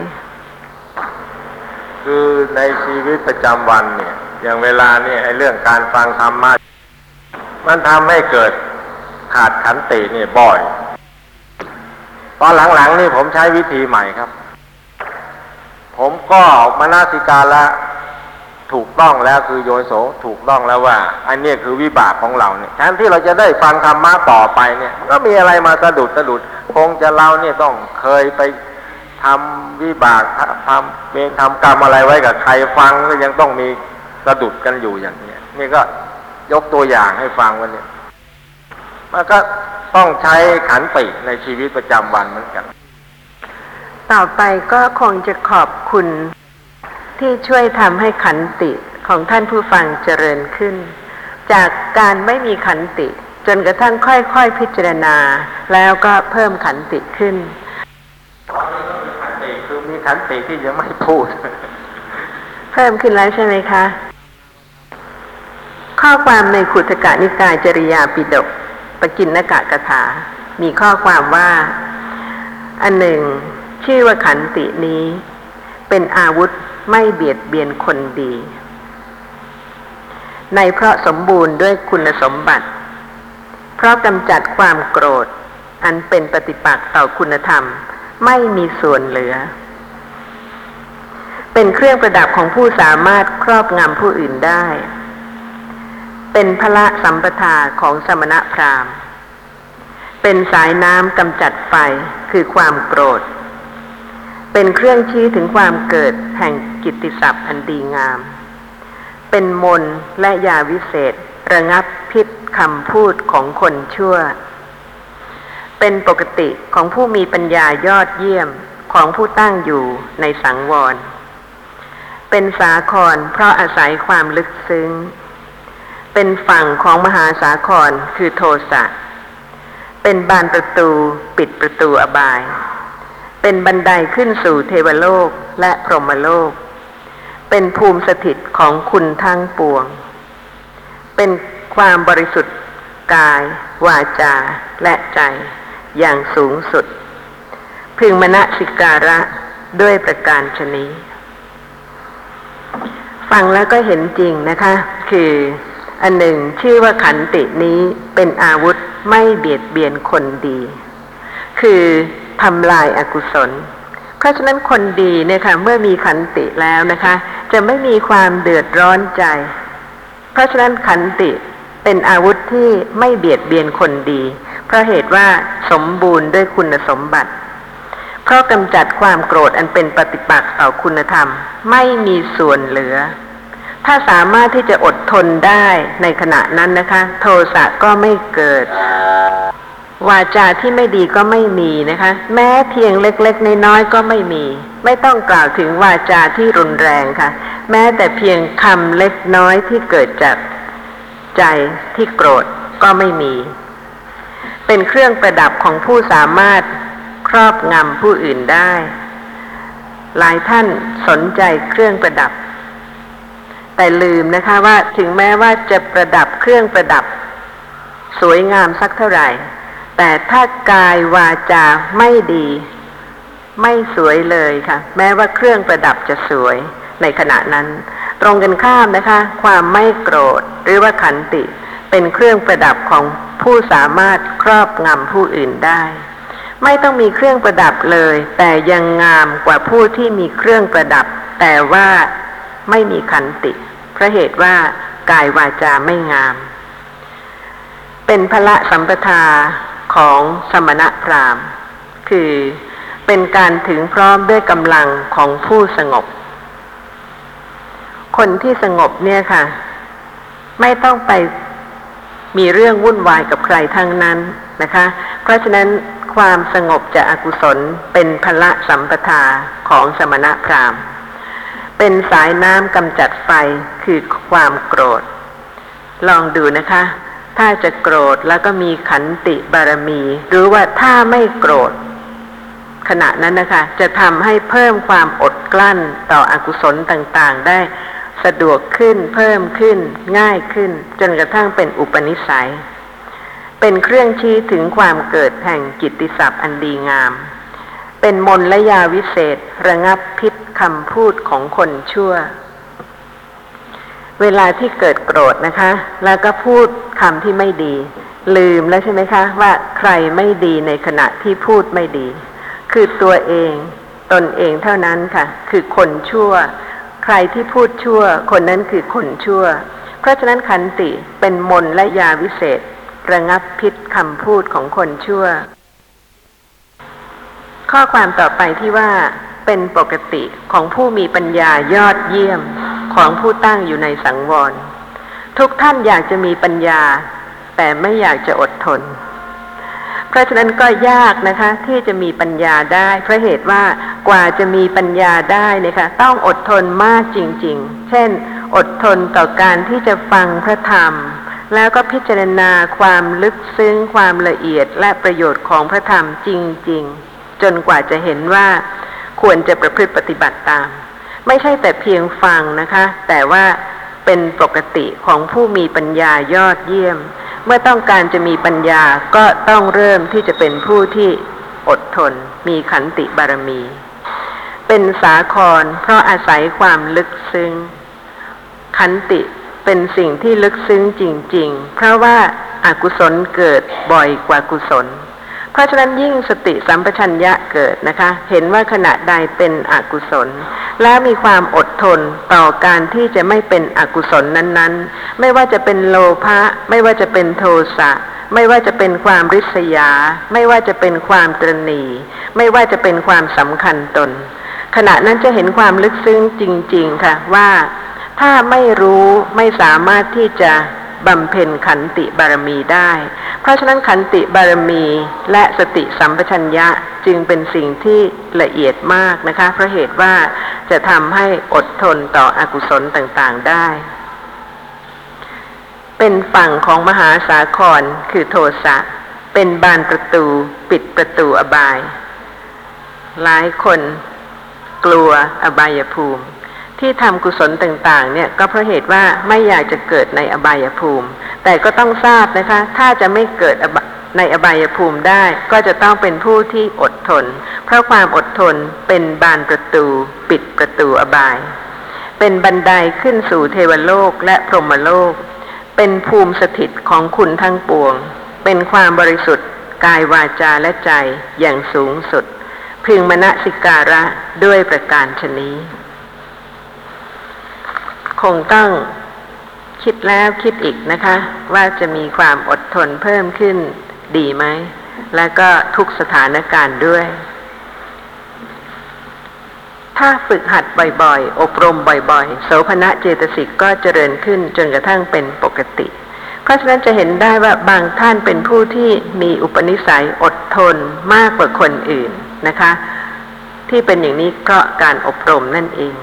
คือในชีวิตประจำวันเนี่ยอย่างเวลาเนี่ยไอ้เรื่องการฟังธรรมะมันทำให้เกิดขาดขันติเนี่ยบ่อยตอนหลังๆนี่ผมใช้วิธีใหม่ครับผมก็มนสิการละถูกต้องแล้วคือโยนิโสถูกต้องแล้วว่าอันนี้คือวิบากของเราเนี่ยแทนที่เราจะได้ฟังธรรมะต่อไปเนี่ยก็มีอะไรมาสะดุดสะดุดคงจะเราเนี่ยต้องเคยไปทำวิบากทำเวรทำกรรมอะไรไว้กับใครฟังก็ยังต้องมีสะดุดกันอยู่อย่างนี้นี่ก็ยกตัวอย่างให้ฟังวันนี้มันก็ต้องใช้ขันติในชีวิตประจำวันเหมือนกันต่อไปก็คงจะขอบคุณที่ช่วยทำให้ขันติของท่านผู้ฟังเจริญขึ้นจากการไม่มีขันติจนกระทั่งค่อยๆพิจารณาแล้วก็เพิ่มขันติขึ้นขันติคือมีขันติที่ยังไม่พูดเพิ่มขึ้นแล้วใช่ไหมคะข้อความในขุทกนิกายจริยาปิฎกปกิณณกกถามีข้อความว่าอันหนึ่งชื่อว่าขันตินี้เป็นอาวุธไม่เบียดเบียนคนดีในเพราะสมบูรณ์ด้วยคุณสมบัติเพราะกำจัดความโกรธอันเป็นปฏิปักษ์ต่อคุณธรรมไม่มีส่วนเหลือเป็นเครื่องประดับของผู้สามารถครอบงำผู้อื่นได้เป็นพละสัมปทาของสมณพราหมณ์เป็นสายน้ำกำจัดไฟคือความโกรธเป็นเครื่องชี้ถึงความเกิดแห่งกิตติศัพท์อันดีงามเป็นมนต์และยาวิเศษระงับพิษคำพูดของคนชั่วเป็นปกติของผู้มีปัญญายอดเยี่ยมของผู้ตั้งอยู่ในสังวรเป็นสาครเพราะอาศัยความลึกซึ้งเป็นฝั่งของมหาสาครคือโทสะเป็นบานประตูปิดประตูอบายเป็นบันไดขึ้นสู่เทวโลกและพรหมโลกเป็นภูมิสถิตของคุณทั้งปวงเป็นความบริสุทธิ์กายวาจาและใจอย่างสูงสุดพึงมนสิการะด้วยประการฉนี้ฟังแล้วก็เห็นจริงนะคะคืออันหนึ่งชื่อว่าขันตินี้เป็นอาวุธไม่เบียดเบียนคนดีคือทำลายอกุศลเพราะฉะนั้นคนดีเนี่ยค่ะเมื่อมีขันติแล้วนะคะจะไม่มีความเดือดร้อนใจเพราะฉะนั้นขันติเป็นอาวุธที่ไม่เบียดเบียนคนดีเพราะเหตุว่าสมบูรณ์ด้วยคุณสมบัติเพราะกำจัดความโกรธอันเป็นปฏิปักษ์ต่อคุณธรรมไม่มีส่วนเหลือถ้าสามารถที่จะอดทนได้ในขณะนั้นนะคะโทสะก็ไม่เกิดวาจาที่ไม่ดีก็ไม่มีนะคะแม้เพียงเล็กๆน้อยๆก็ไม่มีไม่ต้องกล่าวถึงวาจาที่รุนแรงค่ะแม้แต่เพียงคำเล็กน้อยที่เกิดจากใจที่โกรธก็ไม่มีเป็นเครื่องประดับของผู้สามารถครอบงำผู้อื่นได้หลายท่านสนใจเครื่องประดับแต่ลืมนะคะว่าถึงแม้ว่าจะประดับเครื่องประดับสวยงามสักเท่าไหร่แต่ถ้ากายวาจาไม่ดีไม่สวยเลยค่ะแม้ว่าเครื่องประดับจะสวยในขณะนั้นตรงกันข้ามนะคะความไม่โกรธหรือว่าขันติเป็นเครื่องประดับของผู้สามารถครอบงำผู้อื่นได้ไม่ต้องมีเครื่องประดับเลยแต่ยังงามกว่าผู้ที่มีเครื่องประดับแต่ว่าไม่มีขันติเพราะเหตุว่ากายวาจาไม่งามเป็นพละสัมปทาของสมณพราหมณ์คือเป็นการถึงพร้อมด้วยกำลังของผู้สงบคนที่สงบเนี่ยค่ะไม่ต้องไปมีเรื่องวุ่นวายกับใครทั้งนั้นนะคะเพราะฉะนั้นความสงบจากอกุศลเป็นพละสัมปทาของสมณพราหมณ์เป็นสายน้ำกำจัดไฟคือความโกรธลองดูนะคะถ้าจะโกรธแล้วก็มีขันติบารมีหรือว่าถ้าไม่โกรธขณะนั้นนะคะจะทำให้เพิ่มความอดกลั้นต่ออกุศลต่างๆได้สะดวกขึ้นเพิ่มขึ้นง่ายขึ้นจนกระทั่งเป็นอุปนิสัยเป็นเครื่องชี้ถึงความเกิดแห่งกิตติศัพท์อันดีงามเป็นมนต์และยาวิเศษระงับพิษคำพูดของคนชั่วเวลาที่เกิดโกรธนะคะแล้วก็พูดคำที่ไม่ดีลืมแล้วใช่ไหมคะว่าใครไม่ดีในขณะที่พูดไม่ดีคือตัวเองตนเองเท่านั้นค่ะคือคนชั่วใครที่พูดชั่วคนนั้นคือคนชั่วเพราะฉะนั้นขันติเป็นมนต์และยาวิเศษระงับพิษคำพูดของคนชั่วข้อความต่อไปที่ว่าเป็นปกติของผู้มีปัญญายอดเยี่ยมของผู้ตั้งอยู่ในสังวรทุกท่านอยากจะมีปัญญาแต่ไม่อยากจะอดทนเพราะฉะนั้นก็ยากนะคะที่จะมีปัญญาได้เพราะเหตุว่ากว่าจะมีปัญญาได้นะคะต้องอดทนมากจริงๆเช่นอดทนต่อการที่จะฟังพระธรรมแล้วก็พิจารณาความลึกซึ้งความละเอียดและประโยชน์ของพระธรรมจริงๆจนกว่าจะเห็นว่าควรจะประพฤติปฏิบัติตามไม่ใช่แต่เพียงฟังนะคะแต่ว่าเป็นปกติของผู้มีปัญญายอดเยี่ยมเมื่อต้องการจะมีปัญญาก็ต้องเริ่มที่จะเป็นผู้ที่อดทนมีขันติบารมีเป็นสาครเพราะอาศัยความลึกซึ้งขันติเป็นสิ่งที่ลึกซึ้งจริงๆเพราะว่าอากุศลเกิดบ่อยกว่ากุศลเพราะฉะนั้นยิ่งสติสัมปชัญญะเกิดนะคะเห็นว่าขณะใดเป็นอกุศลและมีความอดทนต่อการที่จะไม่เป็นอกุศลนั้นๆไม่ว่าจะเป็นโลภะไม่ว่าจะเป็นโทสะไม่ว่าจะเป็นความริษยาไม่ว่าจะเป็นความตระหนี่ไม่ว่าจะเป็นความสำคัญตนขณะนั้นจะเห็นความลึกซึ้งจริงๆค่ะว่าถ้าไม่รู้ไม่สามารถที่จะบำเพ็ญขันติบารมีได้เพราะฉะนั้นขันติบารมีและสติสัมปชัญญะจึงเป็นสิ่งที่ละเอียดมากนะคะเพราะเหตุว่าจะทำให้อดทนต่ออกุศลต่างๆได้เป็นฝั่งของมหาสาครคือโทสะเป็นบานประตูปิดประตูอบายหลายคนกลัวอบายภูมิที่ทำกุศลต่างๆเนี่ยก็เพราะเหตุว่าไม่อยากจะเกิดในอบายภูมิแต่ก็ต้องทราบนะคะถ้าจะไม่เกิดในอบายภูมิได้ก็จะต้องเป็นผู้ที่อดทนเพราะความอดทนเป็นบานประตูปิดประตูอบายเป็นบันไดขึ้นสู่เทวโลกและพรหมโลกเป็นภูมิสถิตของคุณทั้งปวงเป็นความบริสุทธิ์กายวาจาและใจอย่างสูงสุดพึงมนสิการะด้วยประการฉะนี้คงต้องคิดแล้วคิดอีกนะคะว่าจะมีความอดทนเพิ่มขึ้นดีไหมและก็ทุกสถานการณ์ด้วยถ้าฝึกหัดบ่อยๆอบรมบ่อยๆโสภณเจตสิกก็เจริญขึ้นจนกระทั่งเป็นปกติเพราะฉะนั้นจะเห็นได้ว่าบางท่านเป็นผู้ที่มีอุปนิสัยอดทนมากกว่าคนอื่นนะคะที่เป็นอย่างนี้ก็การอบรมนั่นเอง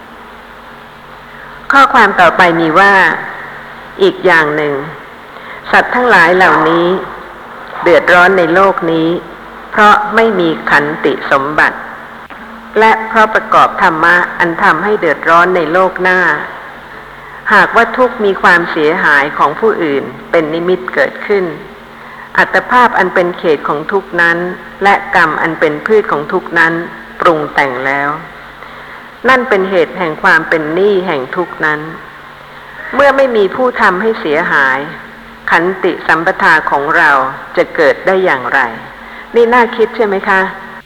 ข้อความต่อไปมีว่าอีกอย่างหนึ่งสัตว์ทั้งหลายเหล่านี้เดือดร้อนในโลกนี้เพราะไม่มีขันติสมบัติและเพราะประกอบธรรมะอันทำให้เดือดร้อนในโลกหน้าหากว่าทุกข์มีความเสียหายของผู้อื่นเป็นนิมิตเกิดขึ้นอัตภาพอันเป็นเขตของทุกข์นั้นและกรรมอันเป็นพืชของทุกข์นั้นปรุงแต่งแล้วนั่นเป็นเหตุแห่งความเป็นหนี้แห่งทุกข์นั้นเมื่อไม่มีผู้ทำให้เสียหายขันติสัมปทาของเราจะเกิดได้อย่างไรนี่น่าคิดใช่ไหมคะ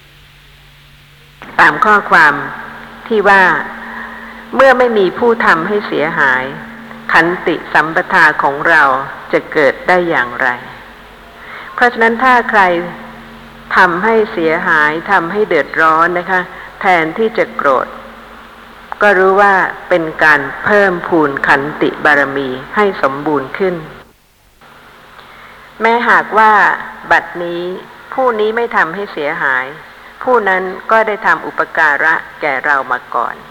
ตามข้อความที่ว่าเมื่อไม่มีผู้ทำให้เสียหายขันติสัมปทาของเราจะเกิดได้อย่างไรเพราะฉะนั้นถ้าใครทำให้เสียหายทำให้เดือดร้อนนะคะแทนที่จะโกรธก็รู้ว่าเป็นการเพิ่มพูนขันติบารมีให้สมบูรณ์ขึ้นแม้หากว่าบัดนี้ผู้นี้ไม่ทำให้เสียหายผู้นั้นก็ได้ทำอุปการะแก่เรามาก่อน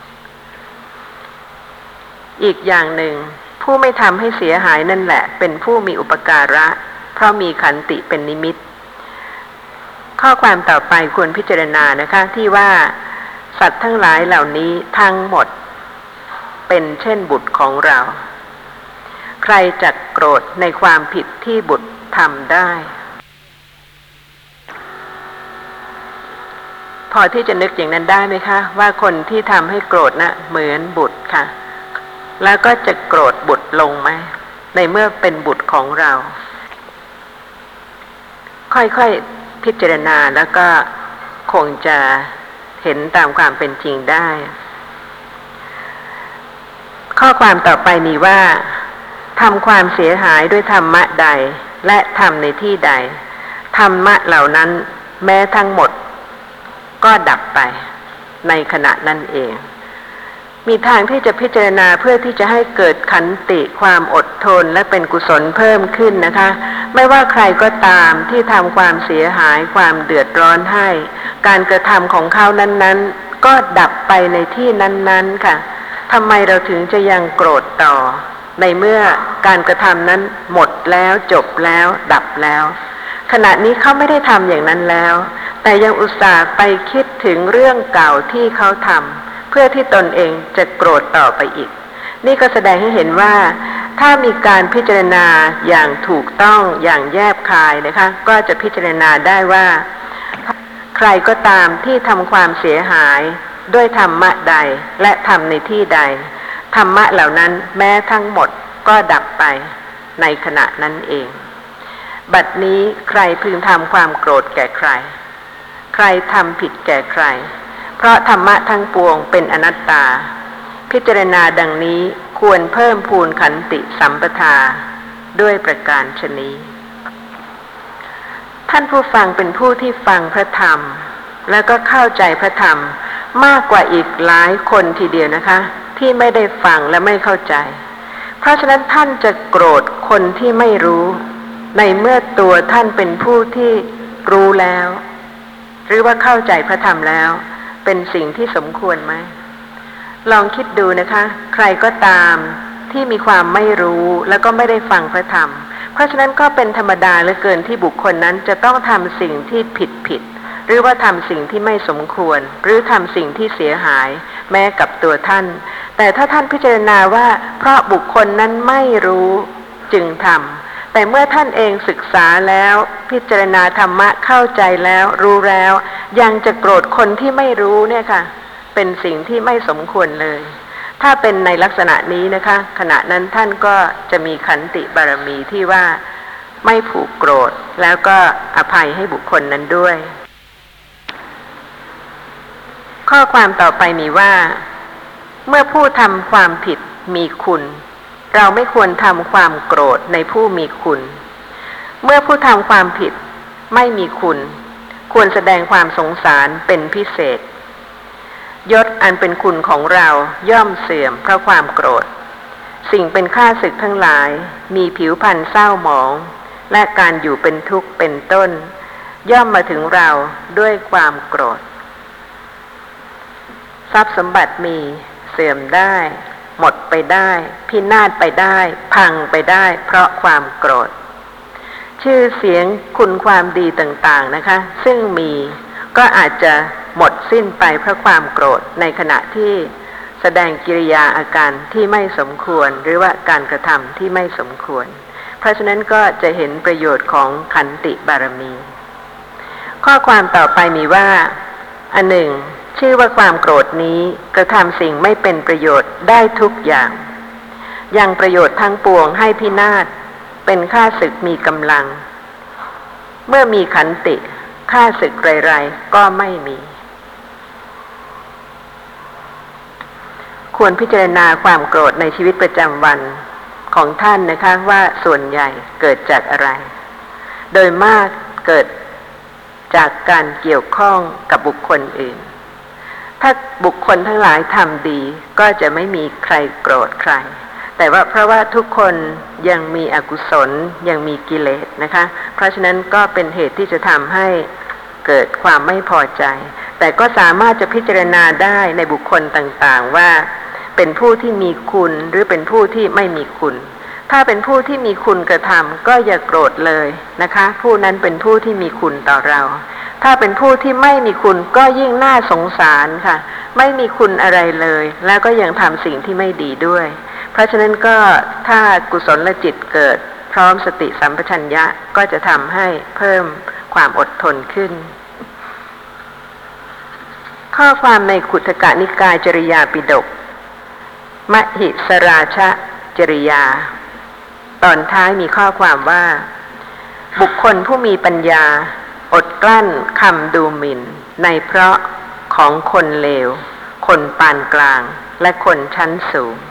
อีกอย่างหนึ่งผู้ไม่ทำให้เสียหายนั่นแหละเป็นผู้มีอุปการะเพราะมีขันติเป็นนิมิตข้อความต่อไปควรพิจารณานะคะที่ว่าสัตว์ทั้งหลายเหล่านี้ทั้งหมดเป็นเช่นบุตรของเราใครจักโกรธในความผิดที่บุตรทำได้พอที่จะนึกอย่างนั้นได้ไหมคะว่าคนที่ทำให้โกรธนะเหมือนบุตรค่ะแล้วก็จะโกรธบุตรลงไหมในเมื่อเป็นบุตรของเราค่อยๆพิจารณาแล้วก็คงจะเห็นตามความเป็นจริงได้ข้อความต่อไปมีว่าทำความเสียหายด้วยธรรมะใดและทำในที่ใดธรรมะเหล่านั้นแม้ทั้งหมดก็ดับไปในขณะนั้นเองมีทางที่จะพิจารณาเพื่อที่จะให้เกิดขันติความอดทนและเป็นกุศลเพิ่มขึ้นนะคะไม่ว่าใครก็ตามที่ทำความเสียหายความเดือดร้อนให้การกระทำของเขานั้นๆก็ดับไปในที่นั้นๆค่ะทำไมเราถึงจะยังโกรธต่อในเมื่อการกระทำนั้นหมดแล้วจบแล้วดับแล้วขณะนี้เขาไม่ได้ทำอย่างนั้นแล้วแต่ยังอุตส่าห์ไปคิดถึงเรื่องเก่าที่เขาทำเพื่อที่ตนเองจะโกรธต่อไปอีกนี่ก็แสดงให้เห็นว่าถ้ามีการพิจารณาอย่างถูกต้องอย่างแยบคายนะคะก็จะพิจารณาได้ว่าใครก็ตามที่ทำความเสียหายด้วยธรรมะใดและทำในที่ใดธรรมะเหล่านั้นแม้ทั้งหมดก็ดับไปในขณะนั้นเองบัดนี้ใครพึงทำความโกรธแก่ใครใครทำผิดแก่ใครเพราะธรรมะทั้งปวงเป็นอนัตตาพิจารณาดังนี้ควรเพิ่มพูนขันติสัมปทาด้วยประการฉะนี้ท่านผู้ฟังเป็นผู้ที่ฟังพระธรรมแล้วก็เข้าใจพระธรรมมากกว่าอีกหลายคนทีเดียวนะคะที่ไม่ได้ฟังและไม่เข้าใจเพราะฉะนั้นท่านจะโกรธคนที่ไม่รู้ในเมื่อตัวท่านเป็นผู้ที่รู้แล้วหรือว่าเข้าใจพระธรรมแล้วเป็นสิ่งที่สมควรไหมลองคิดดูนะคะใครก็ตามที่มีความไม่รู้แล้วก็ไม่ได้ฟังพระธรรมเพราะฉะนั้นก็เป็นธรรมดาเหลือเกินที่บุคคลนั้นจะต้องทำสิ่งที่ผิดผิดหรือว่าทำสิ่งที่ไม่สมควรหรือทำสิ่งที่เสียหายแม้กับตัวท่านแต่ถ้าท่านพิจารณาว่าเพราะบุคคลนั้นไม่รู้จึงทำแต่เมื่อท่านเองศึกษาแล้วพิจารณาธรรมะเข้าใจแล้วรู้แล้วยังจะโกรธคนที่ไม่รู้เนี่ยค่ะเป็นสิ่งที่ไม่สมควรเลยถ้าเป็นในลักษณะนี้นะคะขณะนั้นท่านก็จะมีขันติบารมีที่ว่าไม่ผูกโกรธแล้วก็อภัยให้บุคคลนั้นด้วยข้อความต่อไปมีว่าเมื่อผู้ทำความผิดมีคุณเราไม่ควรทำความโกรธในผู้มีคุณเมื่อผู้ทำความผิดไม่มีคุณควรแสดงความสงสารเป็นพิเศษยศอันเป็นคุณของเราย่อมเสื่อมเพราะความโกรธสิ่งเป็นข้าศึกทั้งหลายมีผิวพรรณเศร้าหมองและการอยู่เป็นทุกข์เป็นต้นย่อมมาถึงเราด้วยความโกรธทรัพย์สมบัติมีเสื่อมได้หมดไปได้พินาศไปได้พังไปได้เพราะความโกรธชื่อเสียงคุณความดีต่างๆนะคะซึ่งมีก็อาจจะหมดสิ้นไปเพราะความโกรธในขณะที่แสดงกิริยาอาการที่ไม่สมควรหรือว่าการกระทำที่ไม่สมควรเพราะฉะนั้นก็จะเห็นประโยชน์ของขันติบารมีข้อความต่อไปมีว่าอันหนึ่งชื่อว่าความโกรธนี้กระทำสิ่งไม่เป็นประโยชน์ได้ทุกอย่างยังประโยชน์ทั้งปวงให้พินาศเป็นข้าศึกมีกำลังเมื่อมีขันติข้าศึกไรๆก็ไม่มีควรพิจารณาความโกรธในชีวิตประจำวันของท่านนะคะว่าส่วนใหญ่เกิดจากอะไรโดยมากเกิดจากการเกี่ยวข้องกับบุคคลอื่นถ้าบุคคลทั้งหลายทำดีก็จะไม่มีใครโกรธใครแต่ว่าเพราะว่าทุกคนยังมีอกุศลยังมีกิเลสนะคะเพราะฉะนั้นก็เป็นเหตุที่จะทำให้เกิดความไม่พอใจแต่ก็สามารถจะพิจารณาได้ในบุคคลต่างๆว่าเป็นผู้ที่มีคุณหรือเป็นผู้ที่ไม่มีคุณถ้าเป็นผู้ที่มีคุณกระทำก็อย่าโกรธเลยนะคะผู้นั้นเป็นผู้ที่มีคุณต่อเราถ้าเป็นผู้ที่ไม่มีคุณก็ยิ่งน่าสงสารค่ะไม่มีคุณอะไรเลยแล้วก็ยังทำสิ่งที่ไม่ดีด้วยเพราะฉะนั้นก็ถ้ากุศลจิตเกิดพร้อมสติสัมปชัญญะก็จะทำให้เพิ่มความอดทนขึ้นข้อความในขุททกนิกายจริยาปิฎกมหิสราชจริยาตอนท้ายมีข้อความว่าบุคคลผู้มีปัญญาอดกลั้นคำดูหมิ่นในเพราะของคนเลวคนปานกลางและคนชั้นสูง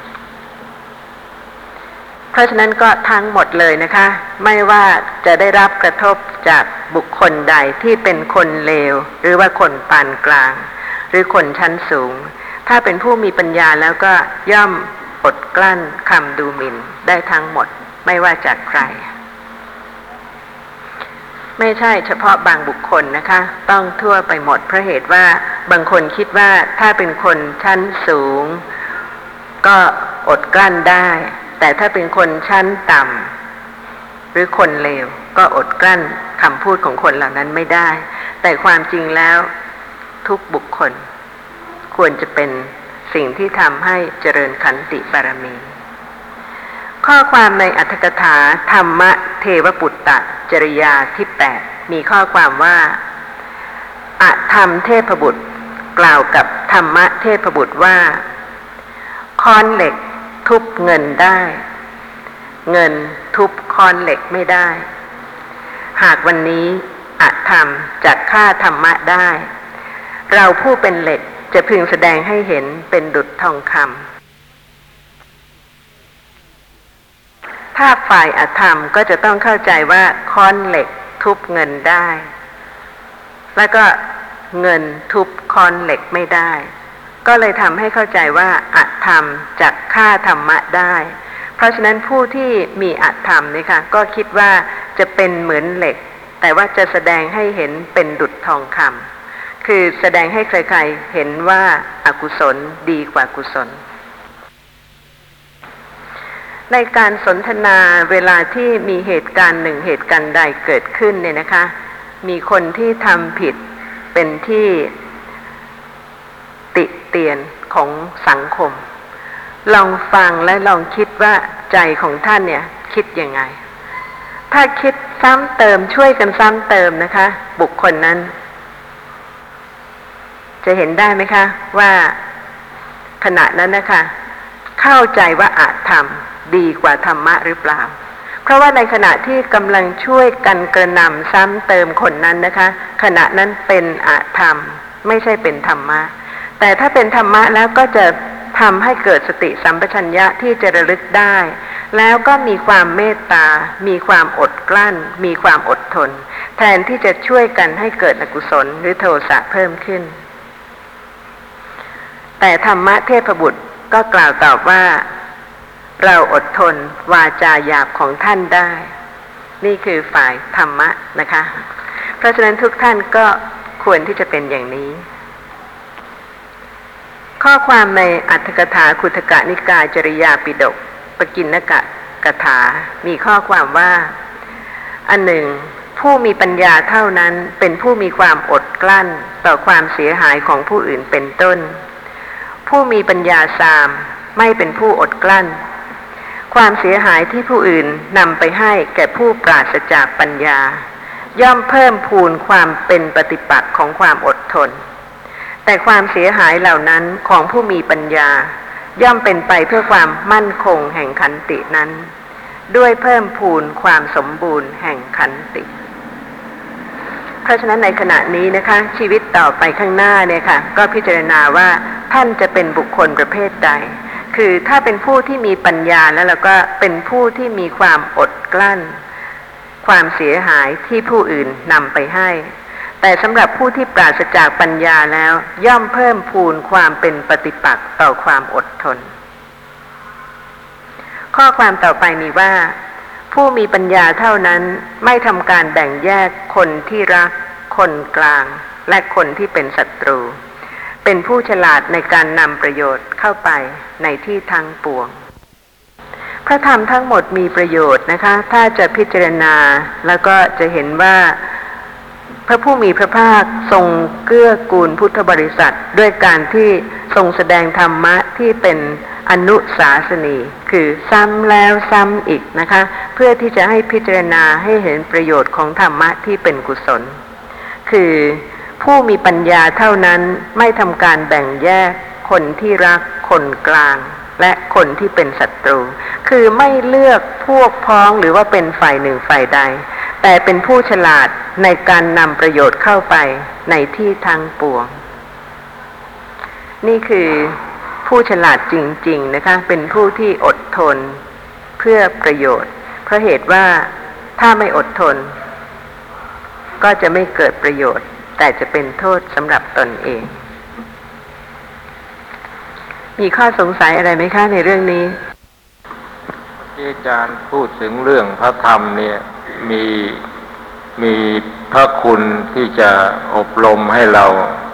เพราะฉะนั้นก็ทั้งหมดเลยนะคะไม่ว่าจะได้รับกระทบจากบุคคลใดที่เป็นคนเลวหรือว่าคนปานกลางหรือคนชั้นสูงถ้าเป็นผู้มีปัญญาแล้วก็ย่อมอดกลั้นคำดูหมิ่นได้ทั้งหมดไม่ว่าจากใครไม่ใช่เฉพาะบางบุคคลนะคะต้องทั่วไปหมดเพราะเหตุว่าบางคนคิดว่าถ้าเป็นคนชั้นสูงก็อดกลั้นได้แต่ถ้าเป็นคนชั้นต่ำหรือคนเลวก็อดกลั้นคำพูดของคนเหล่านั้นไม่ได้แต่ความจริงแล้วทุกบุคคลควรจะเป็นสิ่งที่ทำให้เจริญขันติบารมีข้อความในอรรถกถาธรรมเทวปุตตะจริยาที่แปดมีข้อความว่าอธรรมเทพบุตรกล่าวกับธรรมเทพบุตรว่าค้อนเหล็กทุบเงินได้เงินทุบค้อนเหล็กไม่ได้หากวันนี้อธรรมจักฆ่าธรรมะได้เราผู้เป็นเหล็กจะพึงแสดงให้เห็นเป็นดุจทองคำถ้าฝ่ายอธรรมก็จะต้องเข้าใจว่าค้อนเหล็กทุบเงินได้แล้วก็เงินทุบค้อนเหล็กไม่ได้ก็เลยทำให้เข้าใจว่าอธรรมจักฆ่าธรรมะได้เพราะฉะนั้นผู้ที่มีอธรรมนี่ค่ะก็คิดว่าจะเป็นเหมือนเหล็กแต่ว่าจะแสดงให้เห็นเป็นดุจทองคำคือแสดงให้ใครๆเห็นว่าอกุศลดีกว่ากุศลในการสนทนาเวลาที่มีเหตุการณ์หนึ่งเหตุการณ์ใดเกิดขึ้นเนี่ยนะคะมีคนที่ทำผิดเป็นที่ติเตียนของสังคมลองฟังและลองคิดว่าใจของท่านเนี่ยคิดยังไงถ้าคิดซ้ำเติมช่วยกันซ้ำเติมนะคะบุคคลนั้นจะเห็นได้ไหมคะว่าขณะนั้นนะคะเข้าใจว่าอธรรมดีกว่าธรรมะหรือเปล่าเพราะว่าในขณะที่กำลังช่วยกันกระหน่ำซ้ำเติมคนนั้นนะคะขณะนั้นเป็นอธรรมไม่ใช่เป็นธรรมะแต่ถ้าเป็นธรรมะแล้วก็จะทำให้เกิดสติสัมปชัญญะที่จะระลึกได้แล้วก็มีความเมตตามีความอดกลั้นมีความอดทนแทนที่จะช่วยกันให้เกิดอกุศลหรือโทสะเพิ่มขึ้นแต่ธรรมะเทพบุตรก็กล่าวตอบว่าเราอดทนวาจาหยาบของท่านได้นี่คือฝ่ายธรรมะนะคะเพราะฉะนั้นทุกท่านก็ควรที่จะเป็นอย่างนี้ข้อความในอรรถกถาขุททกนิกายจริยาปิฎกปกิณณกกถามีข้อความว่าอันหนึ่งผู้มีปัญญาเท่านั้นเป็นผู้มีความอดกลั้นต่อความเสียหายของผู้อื่นเป็นต้นผู้มีปัญญาสามไม่เป็นผู้อดกลั้นความเสียหายที่ผู้อื่นนำไปให้แก่ผู้ปราศจากปัญญาย่อมเพิ่มพูนความเป็นปฏิปักษ์ของความอดทนแต่ความเสียหายเหล่านั้นของผู้มีปัญญาย่อมเป็นไปเพื่อความมั่นคงแห่งขันตินั้นด้วยเพิ่มพูนความสมบูรณ์แห่งขันติเพราะฉะนั้นในขณะนี้นะคะชีวิตต่อไปข้างหน้าเนี่ยค่ะก็พิจารณาว่าท่านจะเป็นบุคคลประเภทใดคือถ้าเป็นผู้ที่มีปัญญาแล้วเราก็เป็นผู้ที่มีความอดกลั้นความเสียหายที่ผู้อื่นนำไปให้แต่สำหรับผู้ที่ปราศจากปัญญาแล้วย่อมเพิ่มพูนความเป็นปฏิปักษ์ต่อความอดทนข้อความต่อไปมีว่าผู้มีปัญญาเท่านั้นไม่ทำการแบ่งแยกคนที่รักคนกลางและคนที่เป็นศัตรูเป็นผู้ฉลาดในการนำประโยชน์เข้าไปในที่ทั้งปวงพระธรรมทั้งหมดมีประโยชน์นะคะถ้าจะพิจารณาแล้วก็จะเห็นว่าพระผู้มีพระภาคทรงเกื้อกูลพุทธบริษัทด้วยการที่ทรงแสดงธรรมะที่เป็นอนุสาสนีคือซ้ำแล้วซ้ำอีกนะคะเพื่อที่จะให้พิจารณาให้เห็นประโยชน์ของธรรมะที่เป็นกุศลคือผู้มีปัญญาเท่านั้นไม่ทำการแบ่งแยกคนที่รักคนกลางและคนที่เป็นศัตรูคือไม่เลือกพวกพ้องหรือว่าเป็นฝ่ายหนึ่งฝ่ายใดแต่เป็นผู้ฉลาดในการนำประโยชน์เข้าไปในที่ทั้งปวงนี่คือผู้ฉลาดจริงๆนะคะเป็นผู้ที่อดทนเพื่อประโยชน์เพราะเหตุว่าถ้าไม่อดทนก็จะไม่เกิดประโยชน์แต่จะเป็นโทษสำหรับตนเองมีข้อสงสัยอะไรไหมคะในเรื่องนี้ที่อาจารย์พูดถึงเรื่องพระธรรมเนี่ยมีมีพระคุณที่จะอบรมให้เรา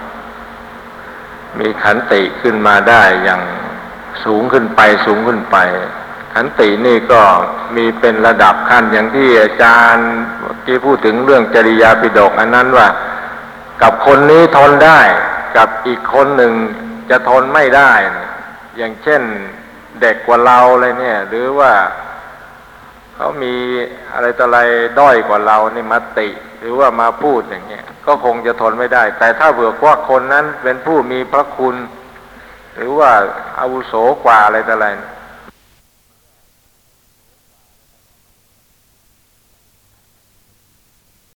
มีขันติขึ้นมาได้อย่างสูงขึ้นไปสูงขึ้นไปขันตินี่ก็มีเป็นระดับขั้นอย่างที่อาจารย์ที่พูดถึงเรื่องจริยาปิฎกอันนั้นว่ากับคนนี้ทนได้กับอีกคนหนึ่งจะทนไม่ได้อย่างเช่นเด็กกว่าเราอะไรเนี่ยหรือว่าเขามีอะไรต่ออะไรด้อยกว่าเรานี่มาติหรือว่ามาพูดอย่างเงี้ยก็คงจะทนไม่ได้แต่ถ้าเผื่อว่าคนนั้นเป็นผู้มีพระคุณหรือว่าอาวุโสกว่าอะไรต่ออะไร